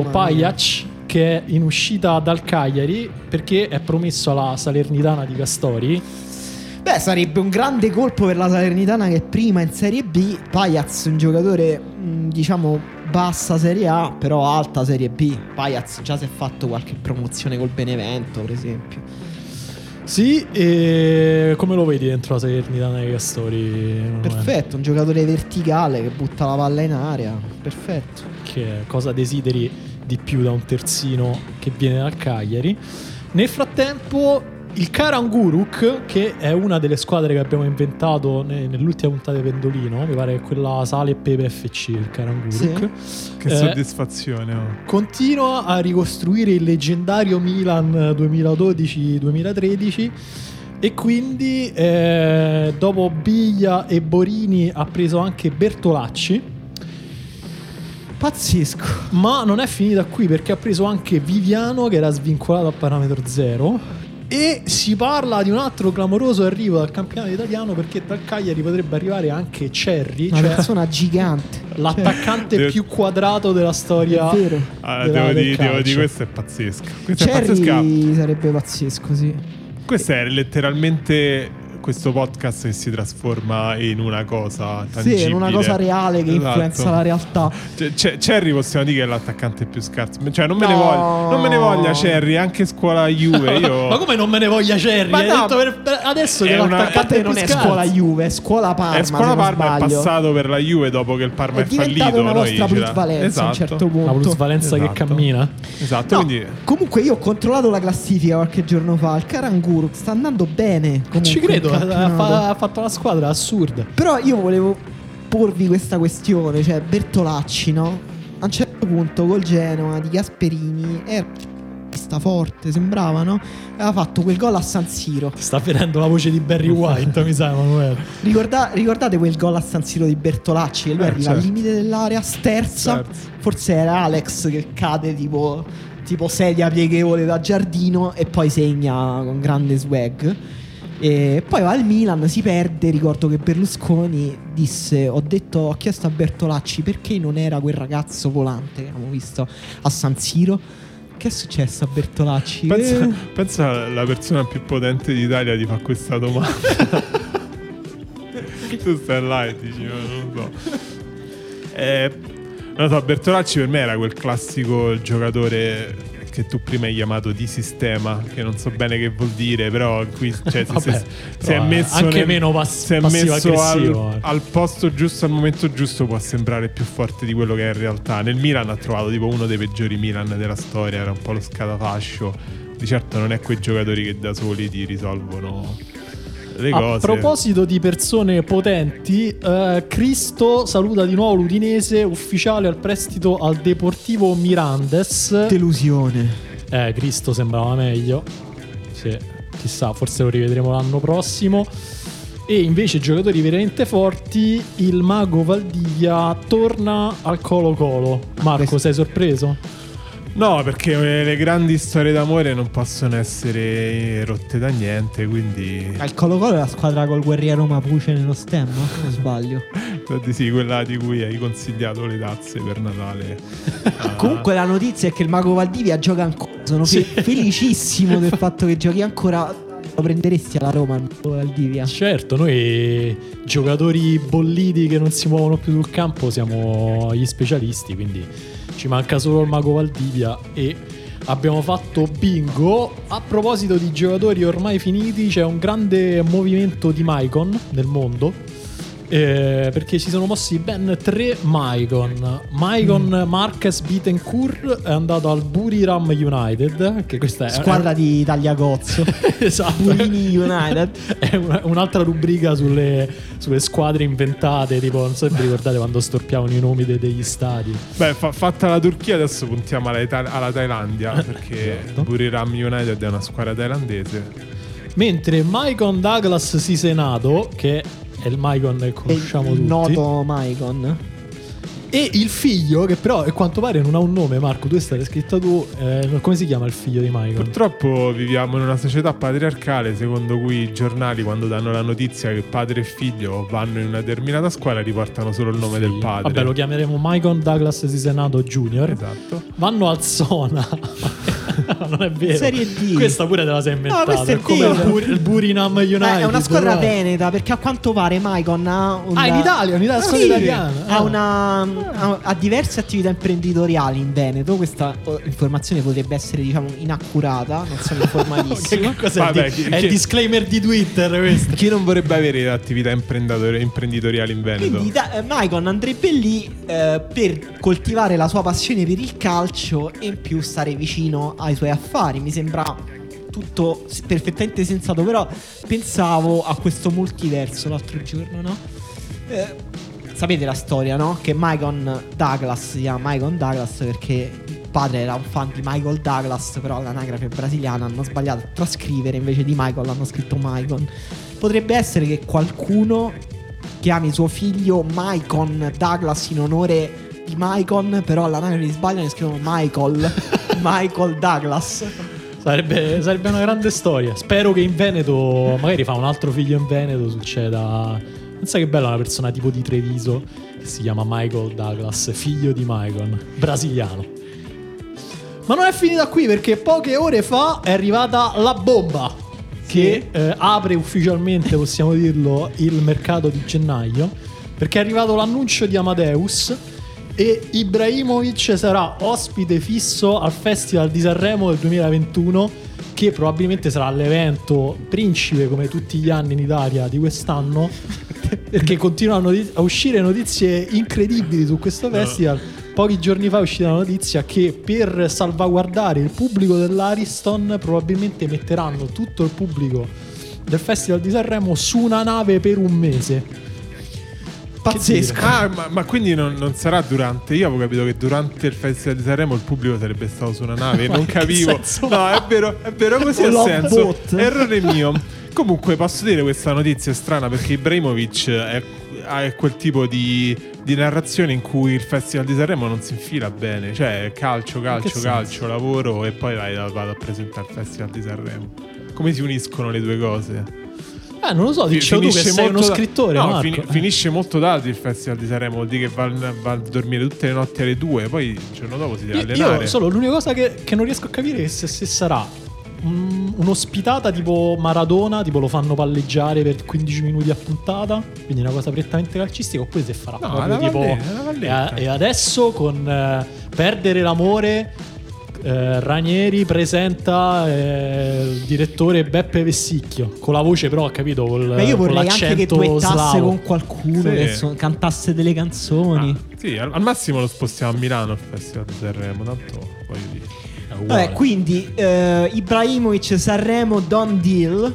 che è in uscita dal Cagliari perché è promesso alla Salernitana di Castori. Beh, sarebbe un grande colpo per la Salernitana, che è prima in Serie B. Pajaz, un giocatore diciamo bassa Serie A, però alta Serie B. Pajaz già si è fatto qualche promozione col Benevento, per esempio. Sì, e come lo vedi dentro la Salernitana di Castori? Perfetto, un giocatore verticale che butta la palla in aria. Perfetto. Che cosa desideri di più da un terzino che viene dal Cagliari? Nel frattempo il Karanguruk, che è una delle squadre che abbiamo inventato nell'ultima puntata di Pendolino, mi pare che quella Sale Pepe FC, il Karanguruk. Sì. Che soddisfazione. Continua a ricostruire il leggendario Milan 2012-2013 e quindi dopo Biglia e Borini ha preso anche Bertolacci. Pazzesco. Ma non è finita qui, perché ha preso anche Viviano, che era svincolato a parametro zero, E si parla di un altro clamoroso arrivo dal campionato italiano, perché dal Cagliari potrebbe arrivare anche Cerri, Una cioè persona gigante. l'attaccante più quadrato della storia. È vero. Devo del dire, calcio. questa è pazzesca. Questa è pazzesca. Cherry sarebbe pazzesco, sì. Questo è letteralmente questo podcast che si trasforma in una cosa tangibile. Sì, in una cosa reale che influenza la realtà. Cherry possiamo dire che è l'attaccante più scarso. Cioè non me ne voglia Cherry, anche scuola Juve. Io... Ma come non me ne voglia Cherry? Ma Hai no, detto adesso che è una- l'attaccante non più è scarso. scuola Juve, è scuola Parma. È scuola se non Parma, è sbaglio. passato per la Juve dopo che il Parma è diventato fallito. una noi vostra ce l'ha- plusvalenza a un certo punto. La plusvalenza che Esatto. cammina. Esatto, No, quindi comunque io ho controllato la classifica qualche giorno fa. Il Caranguru sta andando bene. Comunque, Ci credo, in campionato. ha fatto una squadra assurda. Però io volevo porvi questa questione, cioè Bertolacci, no? A un certo punto col Genoa di Gasperini sta forte, sembrava, no? Aveva fatto quel gol a San Siro. Sta venendo la voce di Barry White, mi sa, Emanuele. Ricordate quel gol a San Siro di Bertolacci che lui arriva certo. al limite dell'area, sterza. Certo. Forse era Alex che cade tipo sedia pieghevole da giardino e poi segna con grande swag. E poi va al Milan, si perde. Ricordo che Berlusconi disse: ho chiesto a Bertolacci perché non era quel ragazzo volante che abbiamo visto a San Siro. Che è successo a Bertolacci? pensa la persona più potente d'Italia ti fa questa domanda. Tu stai là e dici, "Ma non lo so." Non lo so, Bertolacci per me era quel classico giocatore che tu prima hai chiamato di sistema, che non so bene che vuol dire, però qui cioè, Vabbè, si è messo anche meno si è messo passivo-aggressivo. al posto giusto, al momento giusto, può sembrare più forte di quello che è in realtà. Nel Milan ha trovato tipo uno dei peggiori Milan della storia, era un po' lo scatafascio. Di certo non è quei giocatori che da soli ti risolvono le cose. A proposito di persone potenti, Cristo saluta di nuovo l'Udinese, ufficiale al prestito al Deportivo Mirandes. Delusione. Cristo sembrava meglio. Sì, chissà, forse lo rivedremo l'anno prossimo. E invece giocatori veramente forti, il mago Valdivia torna al Colo-Colo. Marco, sei sorpreso? No, perché le grandi storie d'amore non possono essere rotte da niente, quindi... Il Colo-Colo è la squadra col guerriero Mapuche nello stemma? O sbaglio? Sì, quella di cui hai consigliato le tazze per Natale. Comunque la notizia è che il mago Valdivia gioca ancora. Sono felicissimo del fatto che giochi ancora. Lo prenderesti alla Roma il mago Valdivia? Certo, noi giocatori bolliti che non si muovono più sul campo siamo gli specialisti, quindi ci manca solo il mago Valdivia e abbiamo fatto bingo. A proposito di giocatori ormai finiti, c'è un grande movimento di Maicon nel mondo, perché si sono mossi ben 3 Maicon Marquez Bittencourt è andato al Buriram United, che questa è Squadra di Tagliacozzo. esatto, Burini United. è un'altra rubrica sulle squadre inventate, tipo non so se vi ricordate quando storpiavano i nomi degli stadi. Beh, fatta la Turchia, adesso puntiamo alla Thailandia, perché Esatto. Buriram United è una squadra thailandese. Mentre Maicon Douglas Sisenato, che è il Maicon che conosciamo il tutti, noto Maicon. e il figlio, che però a quanto pare non ha un nome. Marco, tu stai scritto tu, come si chiama il figlio di Maicon? Purtroppo viviamo in una società patriarcale secondo cui i giornali, quando danno la notizia che padre e figlio vanno in una determinata squadra, riportano solo il nome del padre. Vabbè, lo chiameremo Maicon Douglas Sisenato Jr. Esatto. Vanno al Sona. Non è vero. Serie D. Questa pure te la sei inventata. No, questo è come vero. il Burinam United. È una squadra però. veneta, perché a quanto pare Maicon ha in Italia, un'Italia, squadra italiana. ha diverse attività imprenditoriali in Veneto. Questa informazione potrebbe essere, diciamo, inaccurata. Non sono informatissimo. Che cos'è? Vabbè, È il disclaimer di Twitter questo. Chi non vorrebbe avere attività imprenditoriali in Veneto? Quindi Maicon andrebbe lì per coltivare la sua passione per il calcio e in più stare vicino ai suoi affari. Mi sembra tutto perfettamente sensato, però pensavo a questo multiverso l'altro giorno, no? Sapete la storia, no? Che Maicon Douglas si chiama Maicon Douglas perché il padre era un fan di Michael Douglas, però l'anagrafe brasiliana hanno sbagliato a trascrivere, invece di Michael hanno scritto Maicon. Potrebbe essere che qualcuno chiami suo figlio Maicon Douglas in onore di Maicon, però all'anagrafe sbagliano e scrivono Michael Douglas. Sarebbe una grande storia. Spero che in Veneto, magari fa un altro figlio in Veneto, succeda. Pensa che bella una persona tipo di Treviso che si chiama Michael Douglas, figlio di Michael, brasiliano. Ma non è finita qui, perché poche ore fa è arrivata la bomba che apre ufficialmente, possiamo dirlo, il mercato di gennaio, perché è arrivato l'annuncio di Amadeus e Ibrahimovic sarà ospite fisso al Festival di Sanremo del 2021, che probabilmente sarà l'evento principe, come tutti gli anni in Italia di quest'anno, perché continuano a uscire notizie incredibili su questo festival. Pochi giorni fa è uscita la notizia che per salvaguardare il pubblico dell'Ariston probabilmente metteranno tutto il pubblico del Festival di Sanremo su una nave per un mese. Pazzesco. Ma quindi non sarà durante? Io avevo capito che durante il Festival di Sanremo il pubblico sarebbe stato su una nave. Non capivo. No, è vero così ha senso. Errore mio. Comunque posso dire, questa notizia è strana perché Ibrahimovic è quel tipo di narrazione in cui il Festival di Sanremo non si infila bene. Cioè calcio, lavoro e poi vado a presentare il Festival di Sanremo. Come si uniscono le due cose? Non lo so, dicevo tu che sei uno scrittore. No, finisce molto tardi il Festival di Sanremo, vuol dire che va a dormire tutte le notti alle 2, poi il giorno dopo si deve allenare. Io solo l'unica cosa che non riesco a capire è se sarà un'ospitata tipo Maradona, tipo lo fanno palleggiare per 15 minuti a puntata, quindi una cosa prettamente calcistica, oppure se farà proprio tipo e adesso con Perdere l'amore, Ranieri presenta il direttore Beppe Vessicchio con la voce, però, capito, ma io vorrei anche che duettasse slavo con qualcuno che cantasse delle canzoni. Sì, al massimo lo spostiamo a Milano il Festival di Sanremo, tanto voglio dire. Vabbè, quindi Ibrahimovic, Sanremo, done deal.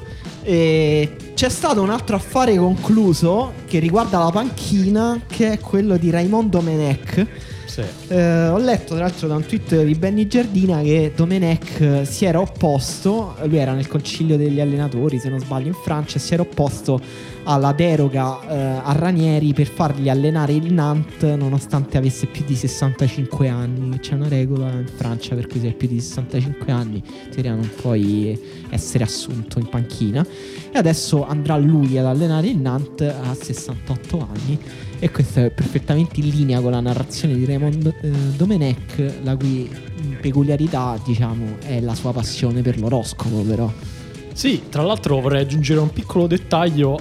C'è stato un altro affare concluso che riguarda la panchina, che è quello di Raymond Domenech. Sì. Ho letto tra l'altro da un tweet di Benny Giardina che Domenech si era opposto, lui era nel concilio degli allenatori se non sbaglio in Francia, si era opposto alla deroga a Ranieri per fargli allenare il Nantes nonostante avesse più di 65 anni. C'è una regola in Francia per cui se hai più di 65 anni in teoria non puoi essere assunto in panchina, e adesso andrà lui ad allenare il Nantes a 68 anni. E questo è perfettamente in linea con la narrazione di Raymond Domenech, la cui peculiarità, diciamo, è la sua passione per l'oroscopo, però. Sì, tra l'altro vorrei aggiungere un piccolo dettaglio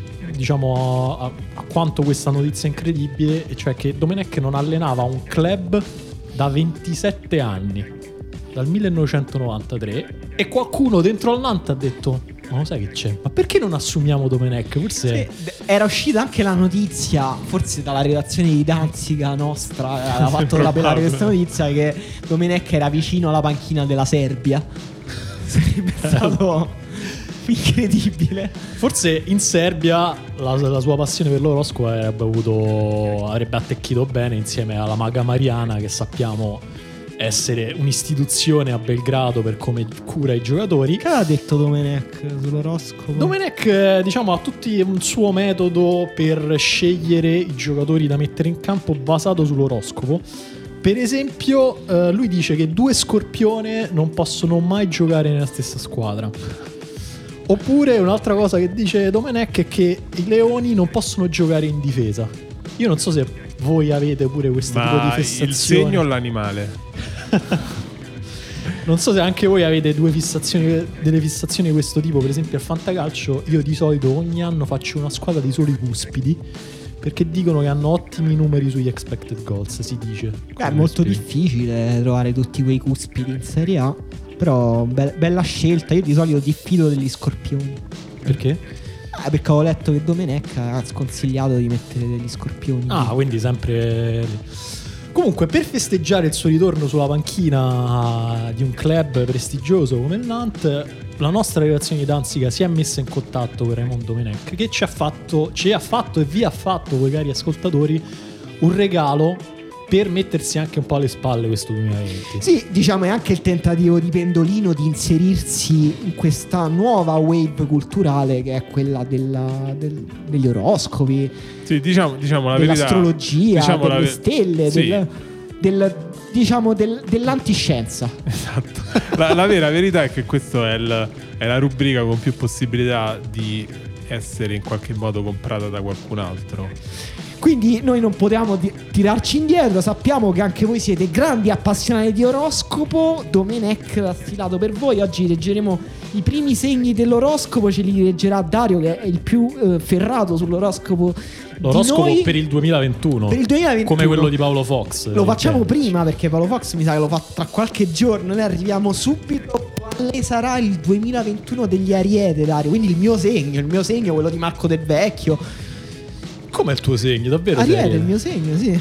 diciamo a quanto questa notizia è incredibile, e cioè che Domenech non allenava un club da 27 anni, dal 1993, e qualcuno dentro al Nantes ha detto: ma lo sai che c'è? Ma perché non assumiamo Domenech? Forse era uscita anche la notizia, forse dalla redazione di Danzica nostra, ha fatto trapelare questa notizia, che Domenech era vicino alla panchina della Serbia. Sarebbe stato incredibile. Forse in Serbia la sua passione per l'oroscopo avrebbe attecchito bene insieme alla maga Mariana, che sappiamo essere un'istituzione a Belgrado per come cura i giocatori. Che ha detto Domenech sull'oroscopo? Domenech, diciamo, ha tutti un suo metodo per scegliere i giocatori da mettere in campo basato sull'oroscopo. Per esempio, lui dice che 2 Scorpione non possono mai giocare nella stessa squadra. Oppure un'altra cosa che dice Domenech è che i leoni non possono giocare in difesa. Io non so se voi avete pure questo tipo di fissazione. Il segno o l'animale? Non so se anche voi avete delle fissazioni di questo tipo. Per esempio al fantacalcio io di solito ogni anno faccio una squadra di soli cuspidi, perché dicono che hanno ottimi numeri sugli expected goals, si dice. È molto difficile trovare tutti quei cuspidi in Serie A, però bella scelta. Io di solito diffido degli Scorpioni. Perché? Perché ho letto che Domenech ha sconsigliato di mettere degli Scorpioni. Quindi sempre. Comunque, per festeggiare il suo ritorno sulla panchina di un club prestigioso come il Nantes, la nostra redazione di Danzica si è messa in contatto con Raymond Domenech, che ci ha fatto e vi ha fatto, voi cari ascoltatori, un regalo per mettersi anche un po' alle spalle questo 2020. Sì, diciamo è anche il tentativo di Pendolino di inserirsi in questa nuova wave culturale che è quella degli oroscopi. Sì, diciamo la verità, dell'astrologia, delle stelle, sì. diciamo dell'antiscienza. Esatto. La vera verità è che questa è la rubrica con più possibilità di essere in qualche modo comprata da qualcun altro. Quindi noi non potevamo tirarci indietro. Sappiamo che anche voi siete grandi appassionati di oroscopo. Domenech l'ha stilato per voi. Oggi leggeremo i primi segni dell'oroscopo. Ce li leggerà Dario, che è il più ferrato sull'oroscopo. L'oroscopo per il 2021. Per il 2021. Come quello di Paolo Fox. Lo facciamo prima, perché Paolo Fox mi sa che lo fa tra qualche giorno. Noi arriviamo subito. Quale sarà il 2021 degli Ariete, Dario? Quindi il mio segno, quello di Marco Del Vecchio. Come è il tuo segno? Davvero? Ariete è il mio segno, sì.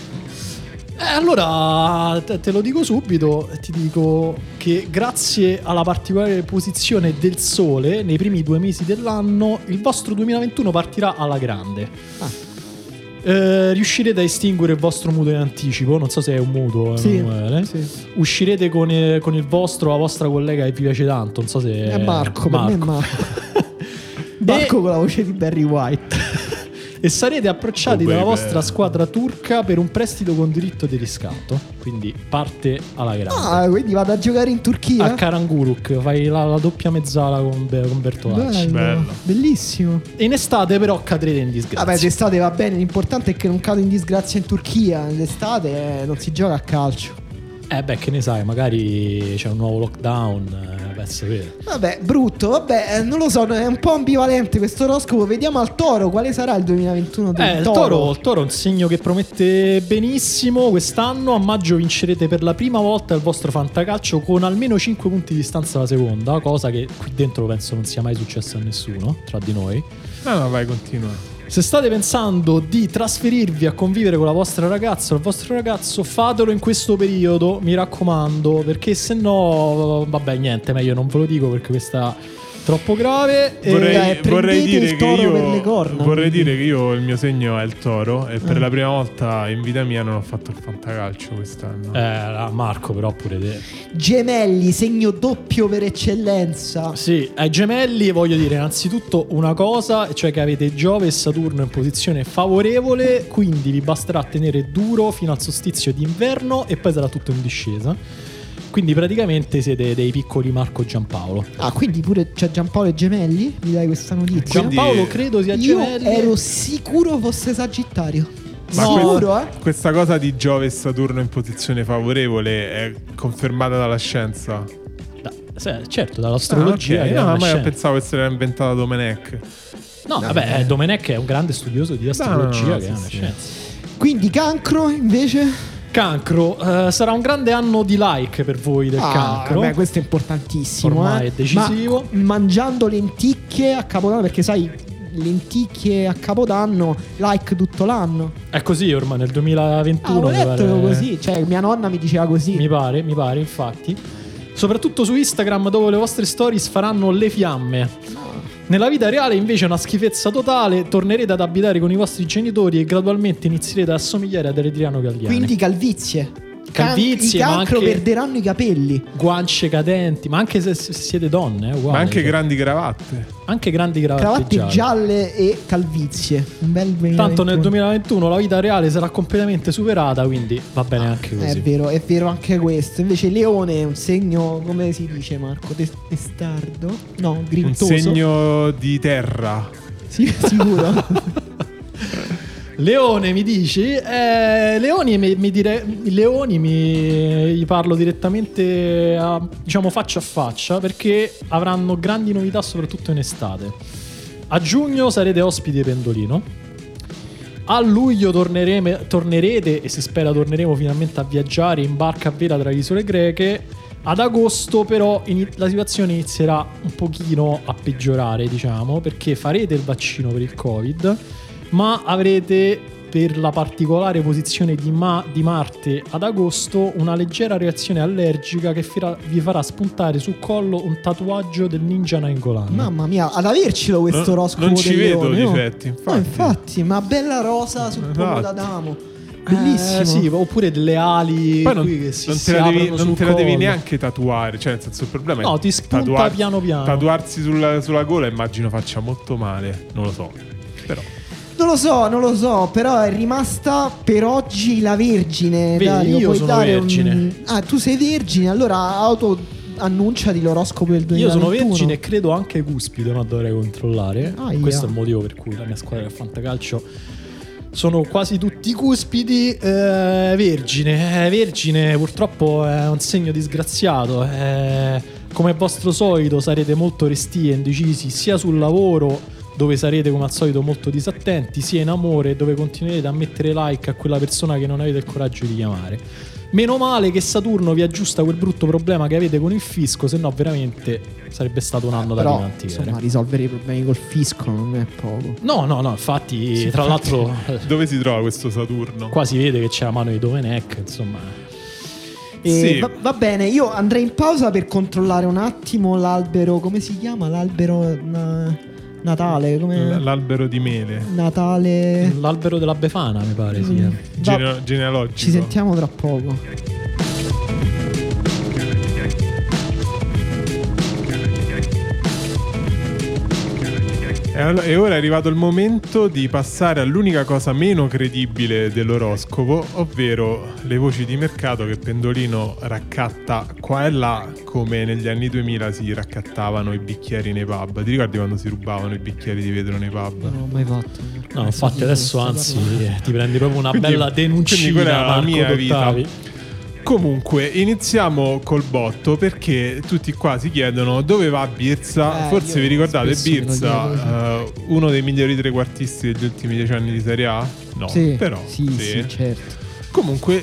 Allora te lo dico subito. Ti dico che grazie alla particolare posizione del Sole nei primi 2 mesi dell'anno, il vostro 2021 partirà alla grande. Riuscirete a estinguere il vostro mutuo in anticipo. Non so se è un mutuo, sì, Emanuele. Sì. Uscirete con il vostro, la vostra collega che vi piace tanto. Non so se è Marco. Per me è Marco. Marco con la voce di Barry White. E sarete approcciati dalla vostra squadra turca per un prestito con diritto di riscatto. Quindi parte alla grande. Quindi vado a giocare in Turchia? A Karanguruk. Fai la doppia mezzala con Bertolacci. Bello. Bellissimo. E in estate però cadrete in disgrazia. Vabbè, d'estate va bene. L'importante è che non cado in disgrazia in Turchia. D'estate non si gioca a calcio. Che ne sai, magari c'è un nuovo lockdown. Vabbè, brutto, vabbè, non lo so, è un po' ambivalente questo oroscopo. Vediamo al Toro, quale sarà il 2021 del Toro? Il Toro è un segno che promette benissimo. Quest'anno a maggio vincerete per la prima volta il vostro fantacalcio con almeno 5 punti di distanza dalla seconda, cosa che qui dentro penso non sia mai successa a nessuno tra di noi. No, vai, continua. Se state pensando di trasferirvi a convivere con la vostra ragazza o il vostro ragazzo, fatelo in questo periodo, mi raccomando, perché se no, vabbè, niente, meglio non ve lo dico perché questa è troppo grave. Vorrei dire il toro per le corna. Vorrei dire che io il mio segno è il Toro e per la prima volta in vita mia non ho fatto il fantacalcio quest'anno. Marco, però pure te. Gemelli, segno doppio per eccellenza. Sì, ai gemelli voglio dire innanzitutto una cosa, cioè che avete Giove e Saturno in posizione favorevole, quindi vi basterà tenere duro fino al solstizio d'inverno e poi sarà tutto in discesa. Quindi praticamente siete dei piccoli Marco Giampaolo. Quindi pure c'è Giampaolo e Gemelli? Mi dai questa notizia? Giampaolo credo sia Gemelli. Io ero sicuro fosse Sagittario. Ma sicuro, questa cosa di Giove e Saturno in posizione favorevole è confermata dalla scienza? Certo, dall'astrologia. Okay. No, ma io pensavo che se l'era inventata Domenech. No, vabbè, Domenech è un grande studioso di astrologia che è una scienza. Quindi Cancro invece? Cancro, sarà un grande anno di like per voi del Cancro. Beh, questo è importantissimo. Ormai è decisivo. Ma mangiando lenticchie a Capodanno, perché sai, lenticchie a Capodanno, like tutto l'anno. È così ormai nel 2021. Ho letto così, cioè mia nonna mi diceva così. Mi pare, infatti. Soprattutto su Instagram, dove le vostre stories faranno le fiamme. Nella vita reale invece è una schifezza totale. Tornerete ad abitare con i vostri genitori e gradualmente inizierete a assomigliare ad Adriano Galliani. Quindi calvizie. Calvizie, i Cancro ma anche perderanno i capelli, guance cadenti, ma anche se siete donne, uguale, ma anche grandi cravatte. Anche grandi cravatte gialle e calvizie. Un bel 2021. Tanto nel 2021 la vita reale sarà completamente superata, quindi va bene anche così. È vero anche questo. Invece Leone è un segno, come si dice Marco? Testardo? No, grintoso. Un segno di terra. Sì, sicuro. Leone mi dici? Leoni gli parlo direttamente diciamo faccia a faccia, perché avranno grandi novità soprattutto in estate. A giugno sarete ospiti di Pendolino. A luglio tornerete e si spera torneremo finalmente a viaggiare in barca a vela tra le isole greche. Ad agosto però la situazione inizierà un pochino a peggiorare, diciamo, perché farete il vaccino per il Covid, ma avrete, per la particolare posizione di Marte ad agosto, una leggera reazione allergica che vi farà spuntare sul collo un tatuaggio del ninja Nainggolan. Mamma mia, ad avercelo questo roscopo. Non ci vedo Leone, difetti, infatti. No, infatti, ma bella rosa sul pomo d'Adamo. Bellissimo. Sì, oppure delle ali. Poi non te la devi neanche tatuare. Cioè, nel senso, il problema è ti spunta piano piano. Tatuarsi sulla gola immagino faccia molto male. Non lo so. Però Non lo so, però è rimasta per oggi la Vergine. Vedi, Dario, io puoi sono dare vergine. Ah, tu sei vergine, allora annunciati l'oroscopo del 2021. Io sono vergine e credo anche cuspide, ma dovrei controllare. Questo è il motivo per cui la mia squadra del fantacalcio sono quasi tutti cuspidi. Vergine. Vergine purtroppo è un segno disgraziato. Come è vostro solito sarete molto restii e indecisi sia sul lavoro, dove sarete come al solito molto disattenti, sia in amore, dove continuerete a mettere like a quella persona che non avete il coraggio di chiamare. Meno male che Saturno vi aggiusta quel brutto problema che avete con il fisco, se no veramente sarebbe stato un anno da dimenticare. Insomma, risolvere i problemi col fisco non è poco. No, infatti, tra l'altro dove si trova questo Saturno? Qua si vede che c'è la mano di Domenech, insomma. Sì. Va bene, io andrei in pausa per controllare un attimo l'albero, come si chiama? L'albero Natale, come... L'albero di mele. Natale. L'albero della Befana, mi pare sia. Genealogico. Ci sentiamo tra poco. E ora è arrivato il momento di passare all'unica cosa meno credibile dell'oroscopo, ovvero le voci di mercato che Pendolino raccatta qua e là, come negli anni 2000 si raccattavano i bicchieri nei pub. Ti ricordi quando si rubavano i bicchieri di vetro nei pub? Non l'ho mai fatto. No, infatti adesso anzi ti prendi proprio una bella denuncina. Quindi quella è la Marco mia Dottavi. vita. Comunque iniziamo col botto, perché tutti qua si chiedono dove va Birsa. Forse vi ricordate Birsa, uno dei migliori trequartisti degli ultimi 10 anni di Serie A? No, sì, però sì, certo. Comunque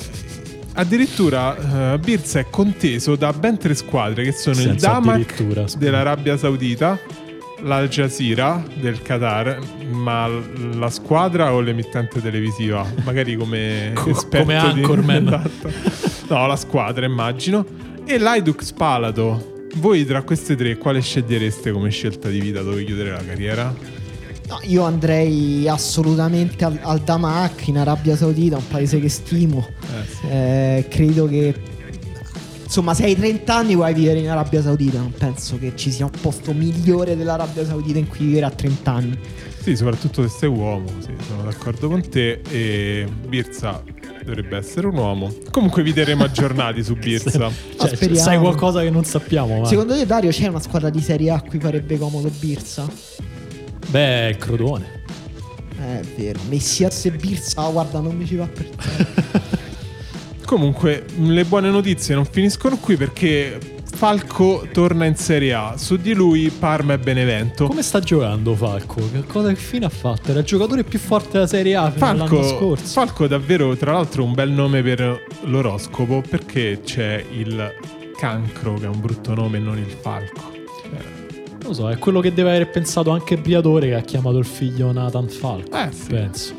addirittura Birsa è conteso da ben 3 squadre, che sono il Damak dell'Arabia Saudita, l'Al Jazeera del Qatar, ma la squadra o l'emittente televisiva? Magari come esperto come Anchorman. Esatto. No, la squadra immagino. E l'Hajduk Spalato. Voi tra queste 3 quale scegliereste come scelta di vita dove chiudere la carriera? No, io andrei assolutamente al Damak in Arabia Saudita, un paese che stimo. Sì. Credo che, insomma, se hai 30 anni vuoi vivere in Arabia Saudita. Non penso che ci sia un posto migliore dell'Arabia Saudita in cui vivere a 30 anni. Sì, soprattutto se sei uomo, sì, sono d'accordo con te. E Birsa dovrebbe essere un uomo. Comunque vi terremo aggiornati su Birsa. Sai qualcosa che non sappiamo, ma... Secondo te, Dario, c'è una squadra di Serie A a cui farebbe comodo Birsa? Beh, il Crotone. È vero, Messias e Birsa, guarda, non mi ci va per te. Comunque le buone notizie non finiscono qui, perché Falco torna in Serie A. Su di lui Parma e Benevento. Come sta giocando Falco? Che fine ha fatto? Era il giocatore più forte della Serie A fino all'anno scorso. Falco davvero, tra l'altro, un bel nome per l'oroscopo, perché c'è il Cancro, che è un brutto nome, e non il Falco. Non lo so, è quello che deve aver pensato anche Briatore, che ha chiamato il figlio Nathan Falco. Sì. Penso.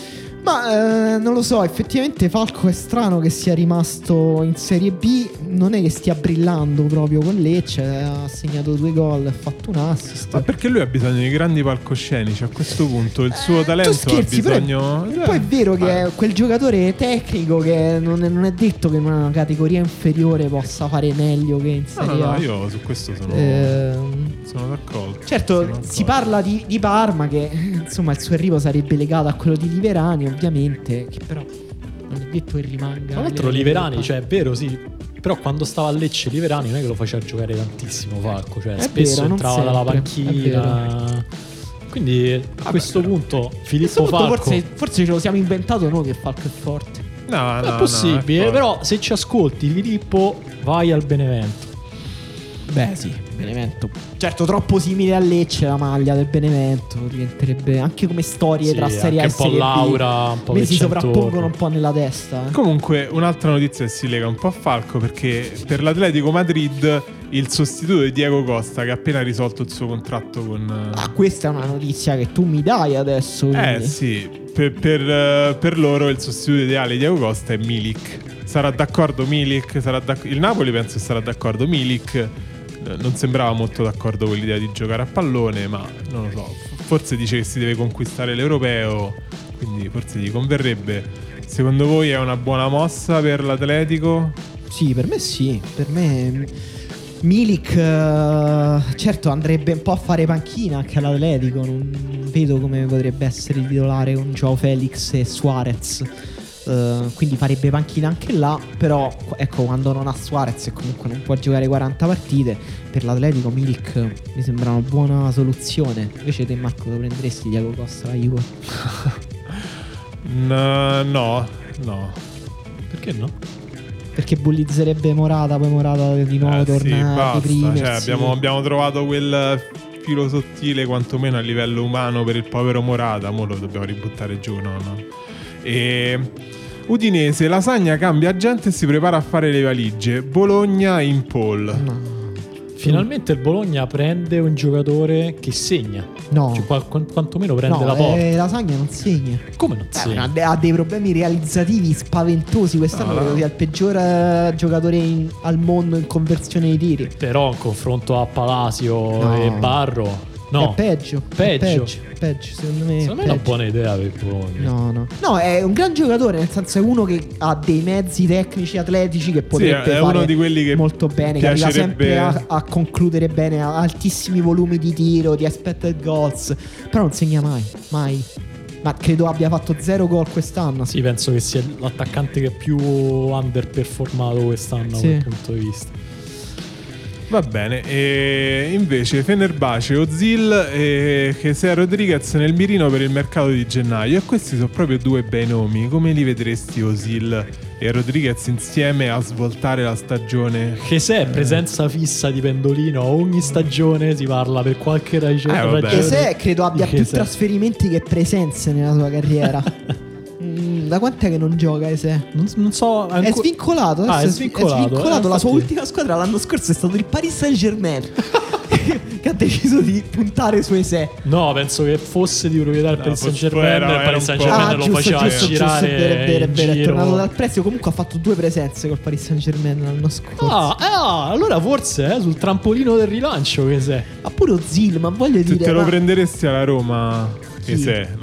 Ma non lo so, effettivamente Falco è strano che sia rimasto in Serie B. Non è che stia brillando proprio con Lecce. Ha segnato 2 gol, ha fatto un assist. Ma perché lui ha bisogno di grandi palcoscenici a questo punto? Il suo talento scherzi, ha bisogno... Poi è vero che è quel giocatore tecnico che non è detto che in una categoria inferiore possa fare meglio che in Serie A. No, io su questo sono d'accordo. Certo, si parla di Parma, che insomma il suo arrivo sarebbe legato a quello di Liverani, ovviamente, che però non è detto che rimanga. Tra l'altro Liverani, cioè è vero, sì, però quando stava a Lecce Liverani non è che lo faceva giocare tantissimo Falco, cioè è spesso vero, entrava sempre, dalla panchina. Quindi a questo punto Filippo Falco forse ce lo siamo inventato noi che Falco è forte. No, è possibile, è però se ci ascolti Filippo, vai al Benevento. Beh sì, Benevento. Certo, troppo simile a Lecce la maglia del Benevento. Diventerebbe anche come storie tra Serie A e Serie B. Un po' Laura, un po' mi si sovrappongono un po' nella testa. Comunque un'altra notizia che si lega un po' a Falco, perché per l'Atletico Madrid il sostituto di Diego Costa, che ha appena risolto il suo contratto con... questa è una notizia che tu mi dai adesso, quindi. Sì, per loro il sostituto ideale di Diego Costa è Milik. Sarà d'accordo Milik? Il Napoli penso che sarà d'accordo. Milik non sembrava molto d'accordo con l'idea di giocare a pallone, ma non lo so, forse dice che si deve conquistare l'europeo, quindi forse gli converrebbe. Secondo voi è una buona mossa per l'Atletico? Sì, per me sì. Per me Milik certo andrebbe un po' a fare panchina anche all'Atletico. Non vedo come potrebbe essere titolare con Joao Felix e Suarez. Quindi farebbe panchina anche là. Però ecco, quando non ha Suarez e comunque non può giocare 40 partite, per l'Atletico Milik mi sembra una buona soluzione. Invece te, Marco, lo prenderesti Diego Costa la Juve? No. Perché no? Perché bullizzerebbe Morata, poi Morata di nuovo torna a deprimersi. Cioè, abbiamo trovato quel filo sottile quantomeno a livello umano per il povero Morata. Mo lo dobbiamo ributtare giù, no? E Udinese, Lasagna cambia gente e si prepara a fare le valigie. Bologna in pole. No. Finalmente il Bologna prende un giocatore che segna. No. Cioè, quantomeno prende la porta. Lasagna non segna. Come non segna? Ha dei problemi realizzativi spaventosi. Quest'anno credo sia il peggior giocatore al mondo in conversione di tiri. Però in confronto a Palacio e Barro, no, è peggio. Secondo me è una buona idea per il Bologna. No, è un gran giocatore, nel senso è uno che ha dei mezzi tecnici atletici che potrebbe è fare uno di quelli che molto bene, che arriva sempre a concludere bene, a altissimi volumi di tiro, di expected goals, però non segna mai. Ma credo abbia fatto 0 gol quest'anno. Sì, penso che sia l'attaccante che è più underperformato quest'anno, sì, da quel punto di vista. Va bene, e invece Fenerbahce, Ozil e Jesé Rodriguez nel mirino per il mercato di gennaio. E questi sono proprio due bei nomi. Come li vedresti Ozil e Rodriguez insieme a svoltare la stagione? Jesé è presenza fissa di Pendolino. Ogni stagione si parla per qualche ragione. Jesé credo abbia più trasferimenti che presenze nella sua carriera. Da quant'è che non gioca Jesé? Non so. È svincolato. È svincolato. La sua ultima squadra l'anno scorso è stato il Paris Saint-Germain. Che ha deciso di puntare su Jesé. No, penso che fosse di proprietà del Paris Saint-Germain. Il Paris Saint-Germain lo faceva girare. È tornato dal prestito. Comunque ha fatto 2 presenze col Paris Saint-Germain l'anno scorso. Allora forse sul trampolino del rilancio Jesé. Ma pure Ozil, ma voglio dire. Te lo prenderesti alla Roma? Jesé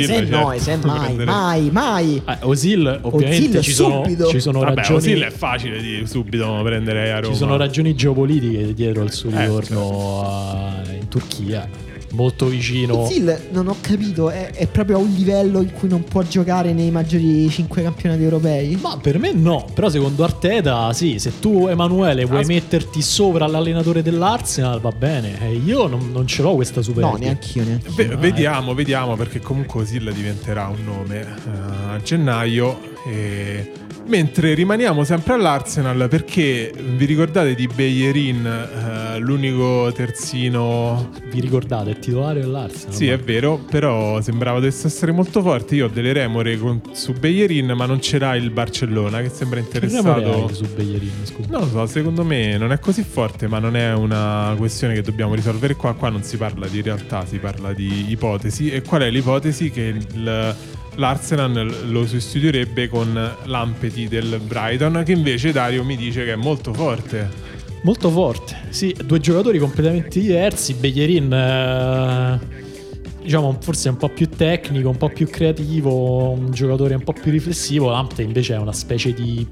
mai. Ozil ovviamente ci sono Vabbè, ragioni. Ozil è facile di subito prendere a Roma. Ci sono ragioni geopolitiche dietro il suo ritorno in Turchia. Molto vicino. Ozil non ho capito, è proprio a un livello in cui non può giocare nei maggiori 5 campionati europei? Ma per me no. Però secondo Arteta sì. Se tu Emanuele vuoi metterti sopra l'allenatore dell'Arsenal va bene. Io non ce l'ho questa superbia. No, neanch'io. Vediamo perché comunque Ozil diventerà un nome a gennaio. Mentre rimaniamo sempre all'Arsenal, perché vi ricordate di Bellerin, l'unico terzino? Vi ricordate? È titolare dell'Arsenal? Sì, è vero, però sembrava dovesse essere molto forte. Io ho delle remore su Bellerin, ma non c'era il Barcellona che sembra interessato. Che su Bellerin, scusa. Non lo so, secondo me non è così forte, ma non è una questione che dobbiamo risolvere qua. Qua non si parla di realtà, si parla di ipotesi. E qual è l'ipotesi? Che l'Arsenal lo sostituirebbe con Lamptey del Brighton, che invece Dario mi dice che è molto forte. Molto forte, sì, 2 giocatori completamente diversi. Bellerin diciamo forse è un po' più tecnico, un po' più creativo, un giocatore un po' più riflessivo. Lamptey invece è una specie di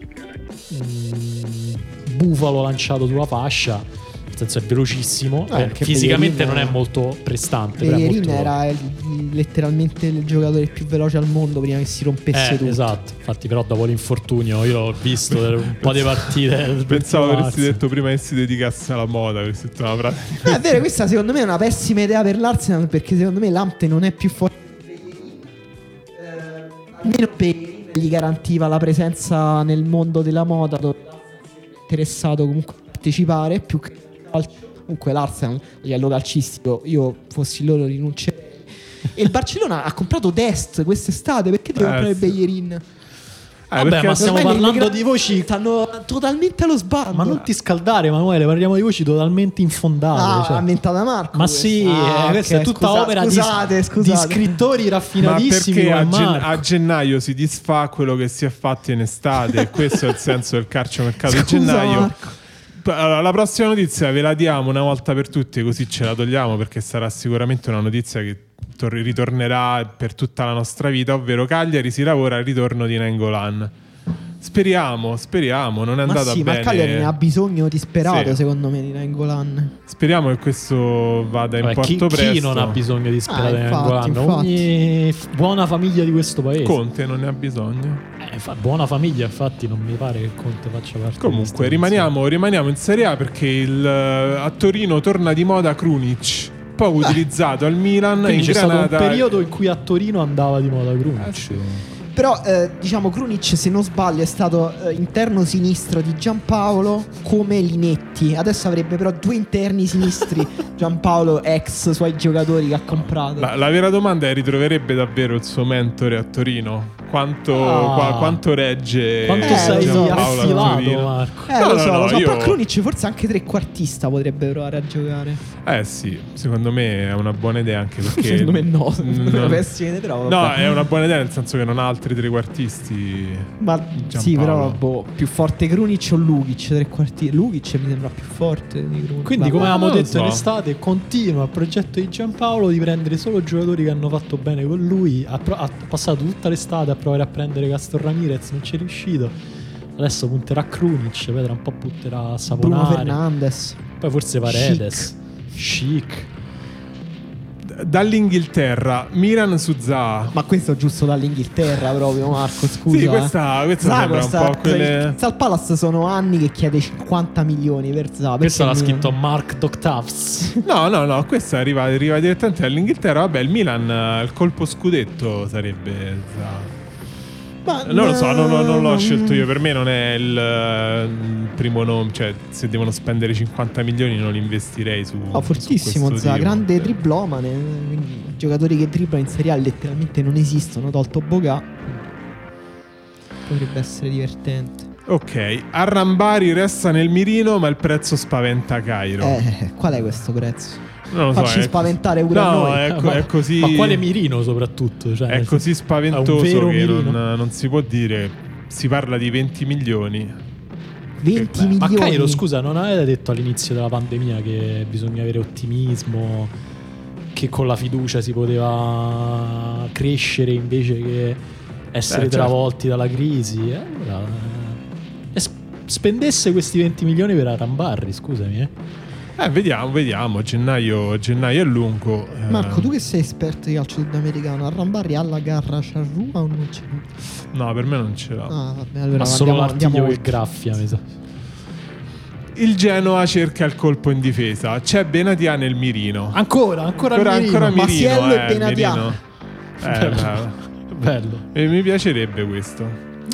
bufalo lanciato sulla fascia. Nel senso è velocissimo, fisicamente non è molto prestante. Bellerin era letteralmente il giocatore più veloce al mondo prima che si rompesse tutto. Esatto, infatti però dopo l'infortunio io l'ho visto un po' di partite. Pensavo avresti detto prima che si dedicasse alla moda, avresti detto una pratica. È vero, questa secondo me è una pessima idea per l'Arsenal, perché secondo me Lamptey non è più forte di Bellerin. Almeno Bellerin gli garantiva la presenza nel mondo della moda, dove l'Arsenal è interessato comunque a partecipare più che comunque l'Arsenal a livello calcistico, io fossi loro rinuncerei. E il Barcellona ha comprato Dest quest'estate, perché deve comprare Bellerin? Vabbè, ma stiamo parlando di voci. Stanno totalmente allo sbando. Ma non ti scaldare, Emanuele, parliamo di voci totalmente infondate. Inventata Marco. Ma sì, questa è tutta opera di scrittori raffinatissimi. Ma perché a gennaio si disfà quello che si è fatto in estate? E questo è il senso del calciomercato di gennaio. Marco. Allora, la prossima notizia ve la diamo una volta per tutte, così ce la togliamo, perché sarà sicuramente una notizia che ritornerà per tutta la nostra vita, ovvero Cagliari si lavora al ritorno di Nainggolan. Speriamo, non è andata bene. Ma il Cagliari ne ha bisogno disperato, Sì. secondo me, di Nainggolan. Speriamo che questo vada in porto presto. Chi non ha bisogno di disperato di Nainggolan? infatti. Ogni buona famiglia di questo paese. Conte non ne ha bisogno. Buona famiglia, infatti, non mi pare che Conte faccia parte. Comunque rimaniamo in Serie A perché a Torino torna di moda Krunic, poco utilizzato al Milan. Quindi in c'è stato un Granada periodo in cui a Torino andava di moda Krunic. sì. Però diciamo Krunic, se non sbaglio, è stato interno sinistro di Giampaolo come Linetti. Adesso avrebbe però 2 interni sinistri. Giampaolo, ex suoi giocatori che ha comprato. La vera domanda è: ritroverebbe davvero il suo mentore a Torino? Quanto regge Quanto sei Giampaolo a affilato, Torino? Marco? Lo so, io- però Krunic forse anche trequartista potrebbe provare a giocare. Sì, secondo me è una buona idea, anche perché Secondo me no, non- pessima idea, però No, vabbè. è una buona idea nel senso che non ha altri trequartisti. Ma sì, Giampaolo. però più forte Krunic o Lukic, Lukic mi sembra più forte di Krunic. Quindi, come non avevamo lo detto so. in estate, continua il progetto di Giampaolo di prendere solo giocatori che hanno fatto bene con lui. Ha passato tutta l'estate a provare a prendere Castor Ramirez, non ci è riuscito. Adesso punterà a Krunic, poi tra un po' punterà a Bruno Saponare, Fernandes. poi forse Paredes, Chic. Dall'Inghilterra, Milan su Zaha. Ma questo è giusto dall'Inghilterra proprio, Marco, scusa. Sì, questa Zaha sembra un po' quelle. Crystal Palace sono anni che chiede 50 milioni per Zaha. Questo l'ha perché scritto Mark Doctavs. No, questa arriva direttamente dall'Inghilterra. Vabbè, il Milan, il colpo scudetto sarebbe Zaha. Ma Non lo so, non l'ho scelto io. Per me non è il primo nome. Cioè, se devono spendere 50 milioni non li investirei su. fortissimo su questo Zaha, tipo. grande driblomane. Quindi giocatori che dribblano in Serie A letteralmente non esistono, tolto Boga. Potrebbe essere divertente. Ok, Arrambari resta nel mirino, ma il prezzo spaventa Cairo. Qual è questo prezzo? Non lo so. Facci spaventare pure a No, noi. è così. Ma quale mirino soprattutto? Cioè, È così è un spaventoso vero che mirino. non si può dire. Si parla di 20 milioni. 20 Ma milioni. Cairo, scusa, non avete detto all'inizio della pandemia che bisogna avere ottimismo, che con la fiducia si poteva crescere invece che essere certo. travolti dalla crisi? Allora, spendesse questi 20 milioni per Arambarri, scusami. Vediamo. Gennaio è lungo. Marco, tu che sei esperto di calcio sudamericano, Arrambarri alla garra Charrua o non ce l'ha? No, per me non ce l'ha. Vabbè, allora Ma solo l'artiglio che oltre. graffia, mi sa. Il Genoa cerca il colpo in difesa. C'è Benatia nel mirino. Ancora Ancora mirino. Masiello e il Benatia. mirino. Bello. E mi piacerebbe questo.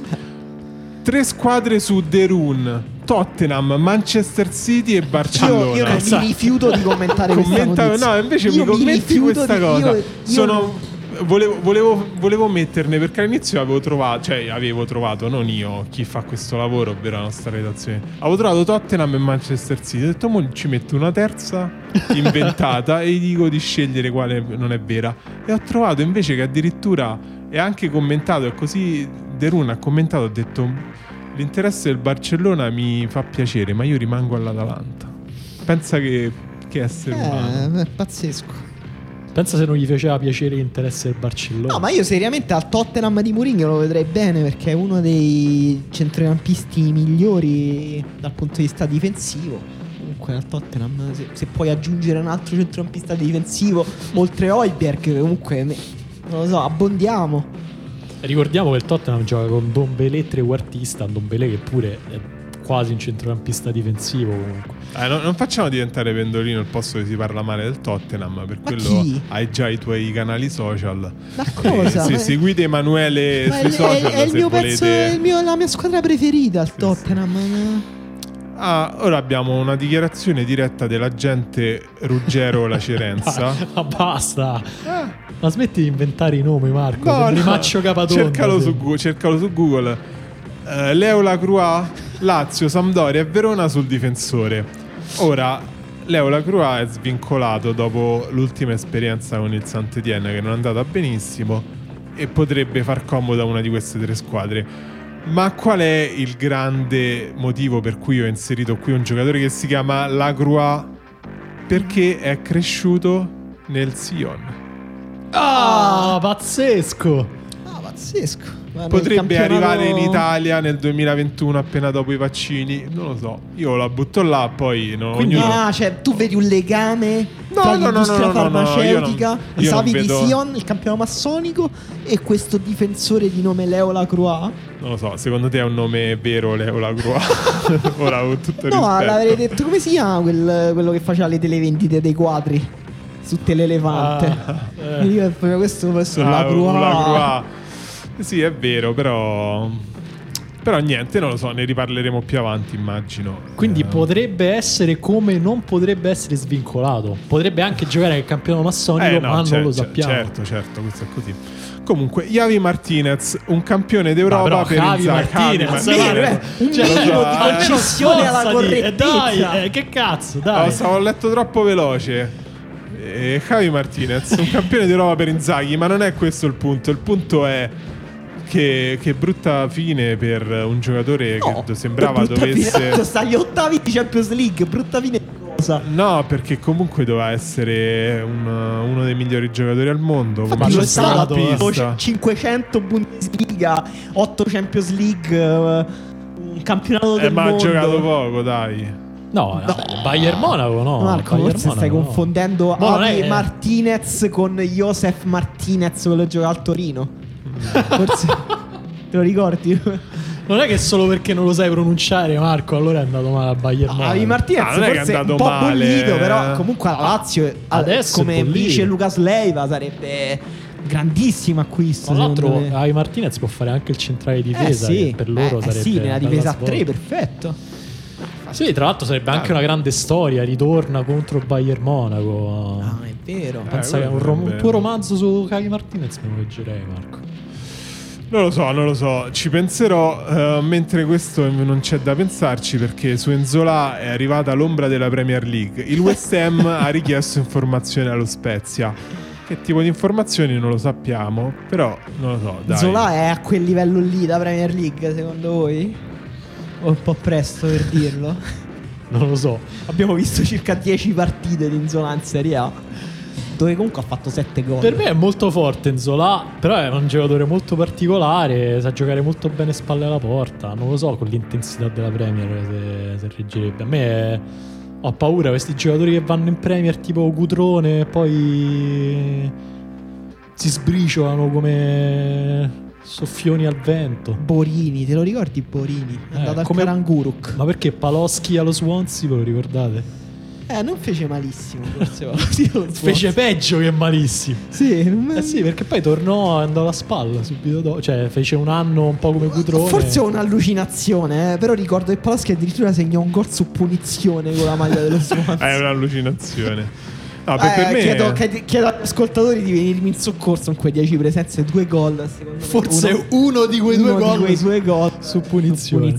3 squadre su Derun: Tottenham, Manchester City e Barcellona. Io non mi rifiuto di commentare questa notizia. No, invece Io mi commenti rifiuto questa di- cosa. io Volevo metterne, perché all'inizio avevo trovato, non io, chi fa questo lavoro, ovvero la nostra redazione. Avevo trovato Tottenham e Manchester City. Ho detto, mo ci metto una terza inventata e gli dico di scegliere quale non è vera. E ho trovato invece che addirittura è anche commentato, e così Derun ha commentato, ho detto, l'interesse del Barcellona mi fa piacere, ma io rimango all'Atalanta. Pensa che essere umano. È pazzesco. Pensa se non gli faceva piacere l'interesse del Barcellona. No, ma io seriamente al Tottenham di Mourinho lo vedrei bene, perché è uno dei centrocampisti migliori dal punto di vista difensivo. Comunque al Tottenham, se puoi aggiungere un altro centrocampista difensivo oltre Højbjerg, comunque non lo so, abbondiamo. Ricordiamo che il Tottenham gioca con Dombele trequartista, Dombele che pure è quasi un centrocampista difensivo comunque. Non facciamo diventare pendolino il posto che si parla male del Tottenham, per quello chi? hai già i tuoi canali social. Ma cosa? Se seguite Emanuele Ma sui social, è il se mio volete. pezzo, la mia squadra preferita, il Tottenham. Ora abbiamo una dichiarazione diretta dell'agente Ruggero Lacerenza. Ma basta. Ma smetti di inventare i nomi, Marco. No, Sembri no. Maccio Capatonda. Cercalo su Google. Leo Lacroix, Lazio, Sampdoria e Verona sul difensore. Ora, Leo Lacroix è svincolato dopo l'ultima esperienza con il Saint-Étienne, che non è andata benissimo, e potrebbe far comodo a una di queste 3 squadre. Ma qual è il grande motivo per cui ho inserito qui un giocatore che si chiama Lacroix? Perché è cresciuto nel Sion. Ah, pazzesco. Ah, pazzesco. Potrebbe arrivare in Italia nel 2021 appena dopo i vaccini. Non lo so. Io la butto là, poi ognuno... cioè tu vedi un legame tra l'industria farmaceutica, Xavi Vision, il campione massonico, e questo difensore di nome Leo Lacroix? Non lo so, secondo te è un nome vero Leo Lacroix? Ora con tutto il rispetto. No, l'avrei detto, come si chiama quello che faceva le televendite dei quadri su Telelevante? Questo è Lacroix. Sì, è vero, però niente, non lo so, ne riparleremo più avanti, immagino. Quindi potrebbe essere come non potrebbe essere svincolato. Potrebbe anche giocare al campionato massonico, ma non lo sappiamo. Certo, questo è così. Comunque, Javi Martinez, un campione d'Europa per Javi Martinez, un minimo di concessione alla correttezza. Dai, che cazzo, dai. Ho letto troppo veloce. Javi Martinez, un campione d'Europa per Inzaghi, ma non è questo il punto. Il punto è che brutta fine per un giocatore che sembrava dovesse... Sta agli ottavi di Champions League, brutta fine cosa? No, perché comunque doveva essere uno dei migliori giocatori al mondo. Ma lo è stato, 500 Bundesliga, 8 Champions League, un campionato del mondo. Ma ha giocato poco, dai. No, Bayern Monaco, no. Marco, forse stai confondendo Javi Martinez con Josef Martinez, quello che gioca al Torino. Forse te lo ricordi? Non è che solo perché non lo sai pronunciare, Marco, allora è andato male a Bayern Monaco. Javi Martinez non è forse è andato un po' male, bollito, però comunque la Lazio adesso come vice Lucas Leiva sarebbe grandissimo acquisto. Tra l'altro Javi Martinez può fare anche il centrale di difesa, sì. per loro sarebbe sì, nella difesa a 3, svolta. Perfetto. Sì, tra l'altro sarebbe anche una grande storia, ritorna contro Bayern Monaco. Ah, è vero. Pensa che un tuo romanzo su Javi Martinez me lo leggerei, Marco. Non lo so, ci penserò, mentre questo non c'è da pensarci, perché su Nzola è arrivata l'ombra della Premier League. Il West Ham ha richiesto informazioni allo Spezia. Che tipo di informazioni non lo sappiamo, però non lo so, dai. Nzola è a quel livello lì da Premier League, secondo voi? O è un po' presto per dirlo? Non lo so. Abbiamo visto circa 10 partite di Nzola in Serie A, dove comunque ha fatto 7 gol. Per me è molto forte Nzola, però è un giocatore molto particolare, sa giocare molto bene spalle alla porta. Non lo so con l'intensità della Premier se reggerebbe. A me ho paura questi giocatori che vanno in Premier tipo Cutrone e poi si sbriciolano come soffioni al vento. Borini, te lo ricordi Borini? È andato al Karanguruk. Ma perché Paloschi allo Swansea, ve lo ricordate? Non fece malissimo, forse. Fece peggio che malissimo. Sì, sì, perché poi tornò e andò alla spalla subito dopo. Cioè, fece un anno un po' come Cutrone. Forse è un'allucinazione, però ricordo che Paloschi addirittura segnò un gol su punizione con la maglia dello Swansea. È un'allucinazione. No, per me chiedo agli ascoltatori di venirmi in soccorso con quei 10 presenze, 2 gol. Forse uno di quei due gol su punizione.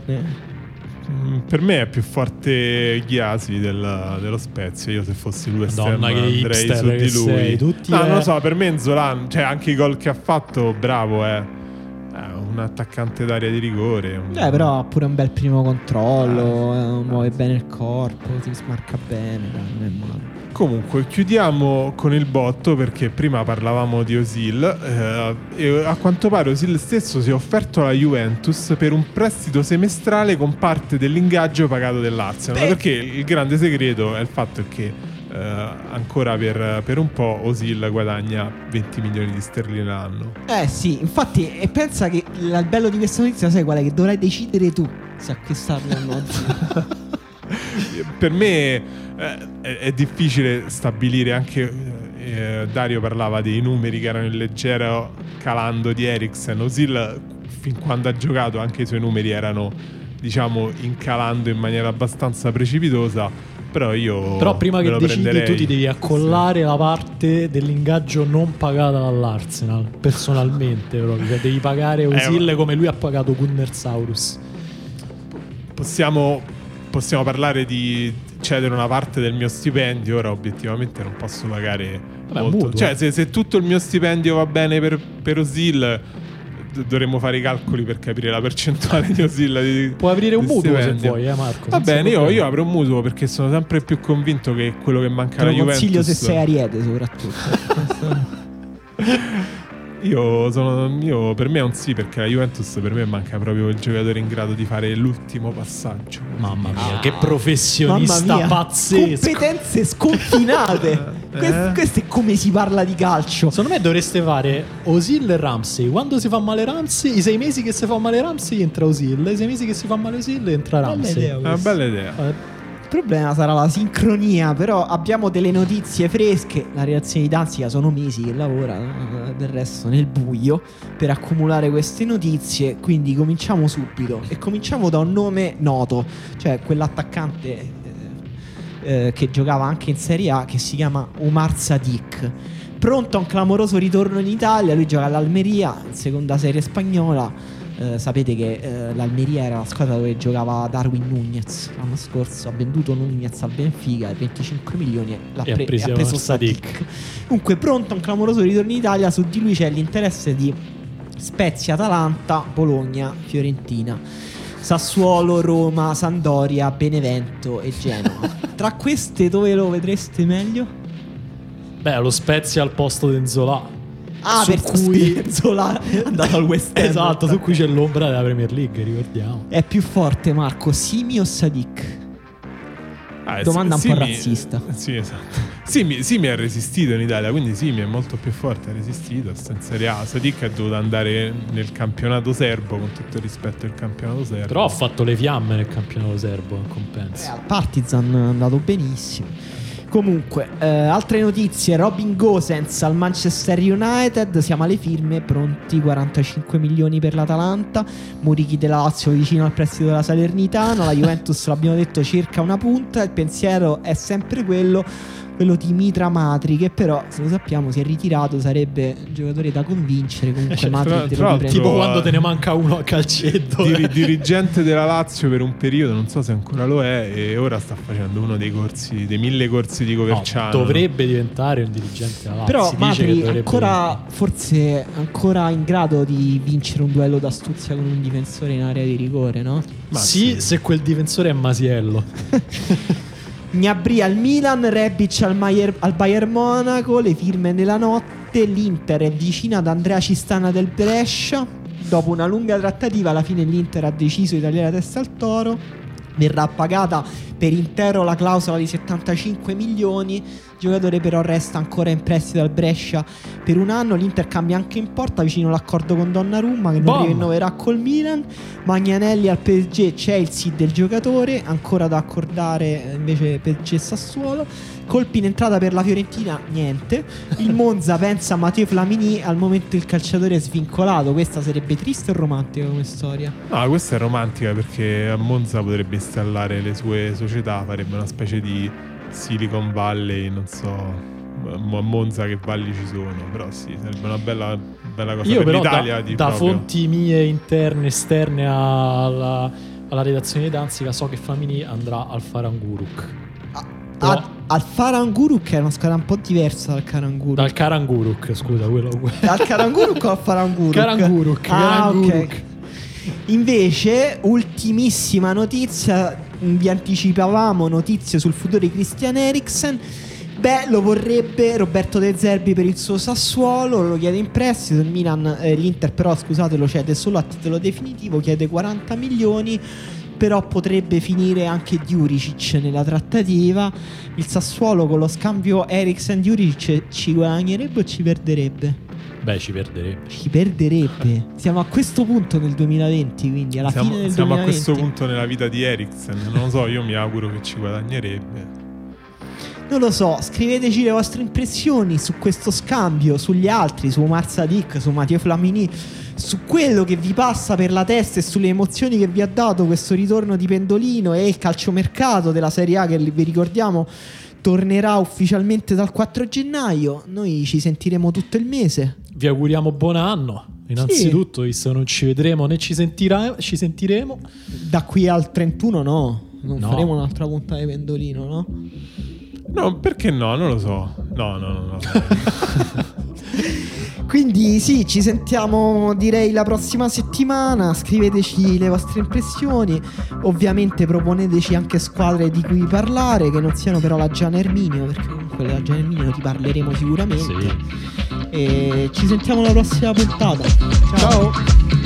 Per me è più forte Ghiasi dello Spezia. Io se fossi lui andrei su di lui. Non lo so, per me Nzola, cioè anche i gol che ha fatto, bravo, è un attaccante d'area di rigore. Però ha pure un bel primo controllo, muove bene il corpo, si smarca bene, non è male. Comunque chiudiamo con il botto, perché prima parlavamo di Özil e a quanto pare Özil stesso si è offerto alla Juventus per un prestito semestrale con parte dell'ingaggio pagato dell'Arsenal. Perché il grande segreto è il fatto che ancora per un po' Özil guadagna 20 milioni di sterline l'anno. Sì, infatti, e pensa che il bello di questa notizia sai qual è? Che dovrai decidere tu se acquistarlo o no. Per me è difficile stabilire anche. Dario parlava dei numeri che erano in leggero calando di Eriksen. Özil, fin quando ha giocato, anche i suoi numeri erano, diciamo, incalando in maniera abbastanza precipitosa. Però prima che decidi tu ti devi accollare la parte dell'ingaggio non pagata dall'Arsenal personalmente, proprio. Cioè devi pagare Özil come lui ha pagato Gunnersaurus. Possiamo parlare di cedere una parte del mio stipendio. Ora obiettivamente non posso pagare molto. Cioè se tutto il mio stipendio va bene per Özil, dovremmo fare i calcoli per capire la percentuale di Özil. Puoi aprire un mutuo se vuoi, Marco. Va bene, io apro un mutuo, perché sono sempre più convinto che quello che manca alla Juventus. Consiglio se sei Ariete, soprattutto. Io per me è un sì, perché la Juventus per me manca proprio il giocatore in grado di fare l'ultimo passaggio. Mamma mia, che professionista pazzesco. Competenze sconfinate. Questo è come si parla di calcio. Secondo me dovreste fare Osil e Ramsey. Quando si fa male Ramsey, i 6 mesi che si fa male Ramsey entra Osil, i 6 mesi che si fa male Osil entra Ramsey. È una bella idea. Il problema sarà la sincronia, però abbiamo delle notizie fresche. La redazione di Danzica sono mesi che lavora, del resto nel buio, per accumulare queste notizie. Quindi cominciamo subito e cominciamo da un nome noto, cioè quell'attaccante che giocava anche in Serie A, che si chiama Umar Sadiq. Pronto a un clamoroso ritorno in Italia. Lui gioca all'Almeria, in seconda serie spagnola. Sapete che l'Almeria era la squadra dove giocava Darwin Núñez l'anno scorso. Ha venduto Núñez al Benfica 25 milioni e ha preso Sadiq. Comunque pronto a un clamoroso ritorno in Italia. Su di lui c'è l'interesse di Spezia, Atalanta, Bologna, Fiorentina, Sassuolo, Roma, Sampdoria, Benevento e Genova. Tra queste dove lo vedreste meglio? Beh, lo Spezia al posto di Nzola. Per cui Zola è andato al West Ham. Esatto, su cui c'è l'ombra della Premier League, ricordiamo. È più forte, Marco, Simi o Sadiq? Domanda un po' razzista. Sì, esatto. Simi ha resistito in Italia, quindi Simi è molto più forte, ha resistito, sta in Serie A. Sadiq è dovuto andare nel campionato serbo, con tutto il rispetto del campionato serbo. Però ha fatto le fiamme nel campionato serbo, in compenso. Al Partizan è andato benissimo. Comunque, altre notizie. Robin Gosens al Manchester United. Siamo alle firme, pronti 45 milioni per l'Atalanta. Murichi della Lazio vicino al prestito della Salernitana. La Juventus, l'abbiamo detto, cerca una punta. Il pensiero è sempre quello di Mitra Matri, che però, se lo sappiamo, si è ritirato. Sarebbe un giocatore da convincere. Comunque Matri tipo quando te ne manca uno a calcetto. Dirigente della Lazio per un periodo, non so se ancora lo è, e ora sta facendo uno dei 1000 corsi di Coverciano. Dovrebbe diventare un dirigente della Lazio. Però Matri ancora, forse ancora in grado di vincere un duello d'astuzia con un difensore in area di rigore, no? Sì, se quel difensore è Masiello. Gnabry al Milan, Rebic al Bayern Monaco. Le firme nella notte. L'Inter è vicina ad Andrea Cistana del Brescia. Dopo una lunga trattativa, alla fine l'Inter ha deciso di tagliare la testa al toro. Verrà pagata per intero la clausola di 75 milioni. Il giocatore però resta ancora in prestito al Brescia per un anno. L'Inter cambia anche in porta, vicino l'accordo con Donnarumma, che non rinnoverà col Milan. Magnanelli al PSG, Chelsea del giocatore, ancora da accordare invece PSG e Sassuolo. Colpi in entrata per la Fiorentina, niente. Il Monza pensa a Matteo Flamini, al momento il calciatore è svincolato. Questa sarebbe triste o romantica come storia? No, questa è romantica, perché a Monza potrebbe installare le sue società, farebbe una specie di Silicon Valley, non so a Monza che valli ci sono, però sì, sarebbe una bella cosa. Io per però l'Italia da fonti mie interne, esterne alla redazione di Danzica, so che Flamini andrà al Faranguruk. Al Faranguruk è una squadra un po' diversa dal Karanguruk. Dal Karanguruk, scusa, quello. Dal Karanguruk o al Faranguruk? Karanguruk. Ok. Invece, ultimissima notizia, vi anticipavamo notizie sul futuro di Christian Eriksen. Beh, lo vorrebbe Roberto De Zerbi per il suo Sassuolo, lo chiede in prestito. Il Milan, l'Inter però, scusate, lo cede solo a titolo definitivo, chiede 40 milioni. Però potrebbe finire anche Djuricic nella trattativa. Il Sassuolo con lo scambio Eriksen-Djuricic ci guadagnerebbe o ci perderebbe? Beh, ci perderebbe. Ci perderebbe. Siamo a questo punto nel 2020, quindi alla fine del 2020. Siamo a questo punto nella vita di Eriksen. Non lo so, io mi auguro che ci guadagnerebbe. Non lo so, scriveteci le vostre impressioni su questo scambio, sugli altri, su Umar Sadiq, su Matteo Flamini, su quello che vi passa per la testa e sulle emozioni che vi ha dato questo ritorno di Pendolino e il calciomercato della Serie A, che vi ricordiamo tornerà ufficialmente dal 4 gennaio. Noi ci sentiremo tutto il mese. Vi auguriamo buon anno. Innanzitutto, visto che non ci vedremo né ci sentiremo. Da qui al 31 non faremo un'altra puntata di Pendolino, no? No, perché no? Non lo so. No. Quindi sì, ci sentiamo direi la prossima settimana. Scriveteci le vostre impressioni. Ovviamente proponeteci anche squadre di cui parlare, che non siano però la Gian Erminio, perché comunque comunque la Giannino ti parleremo sicuramente. Sì. E ci sentiamo alla prossima puntata. Ciao.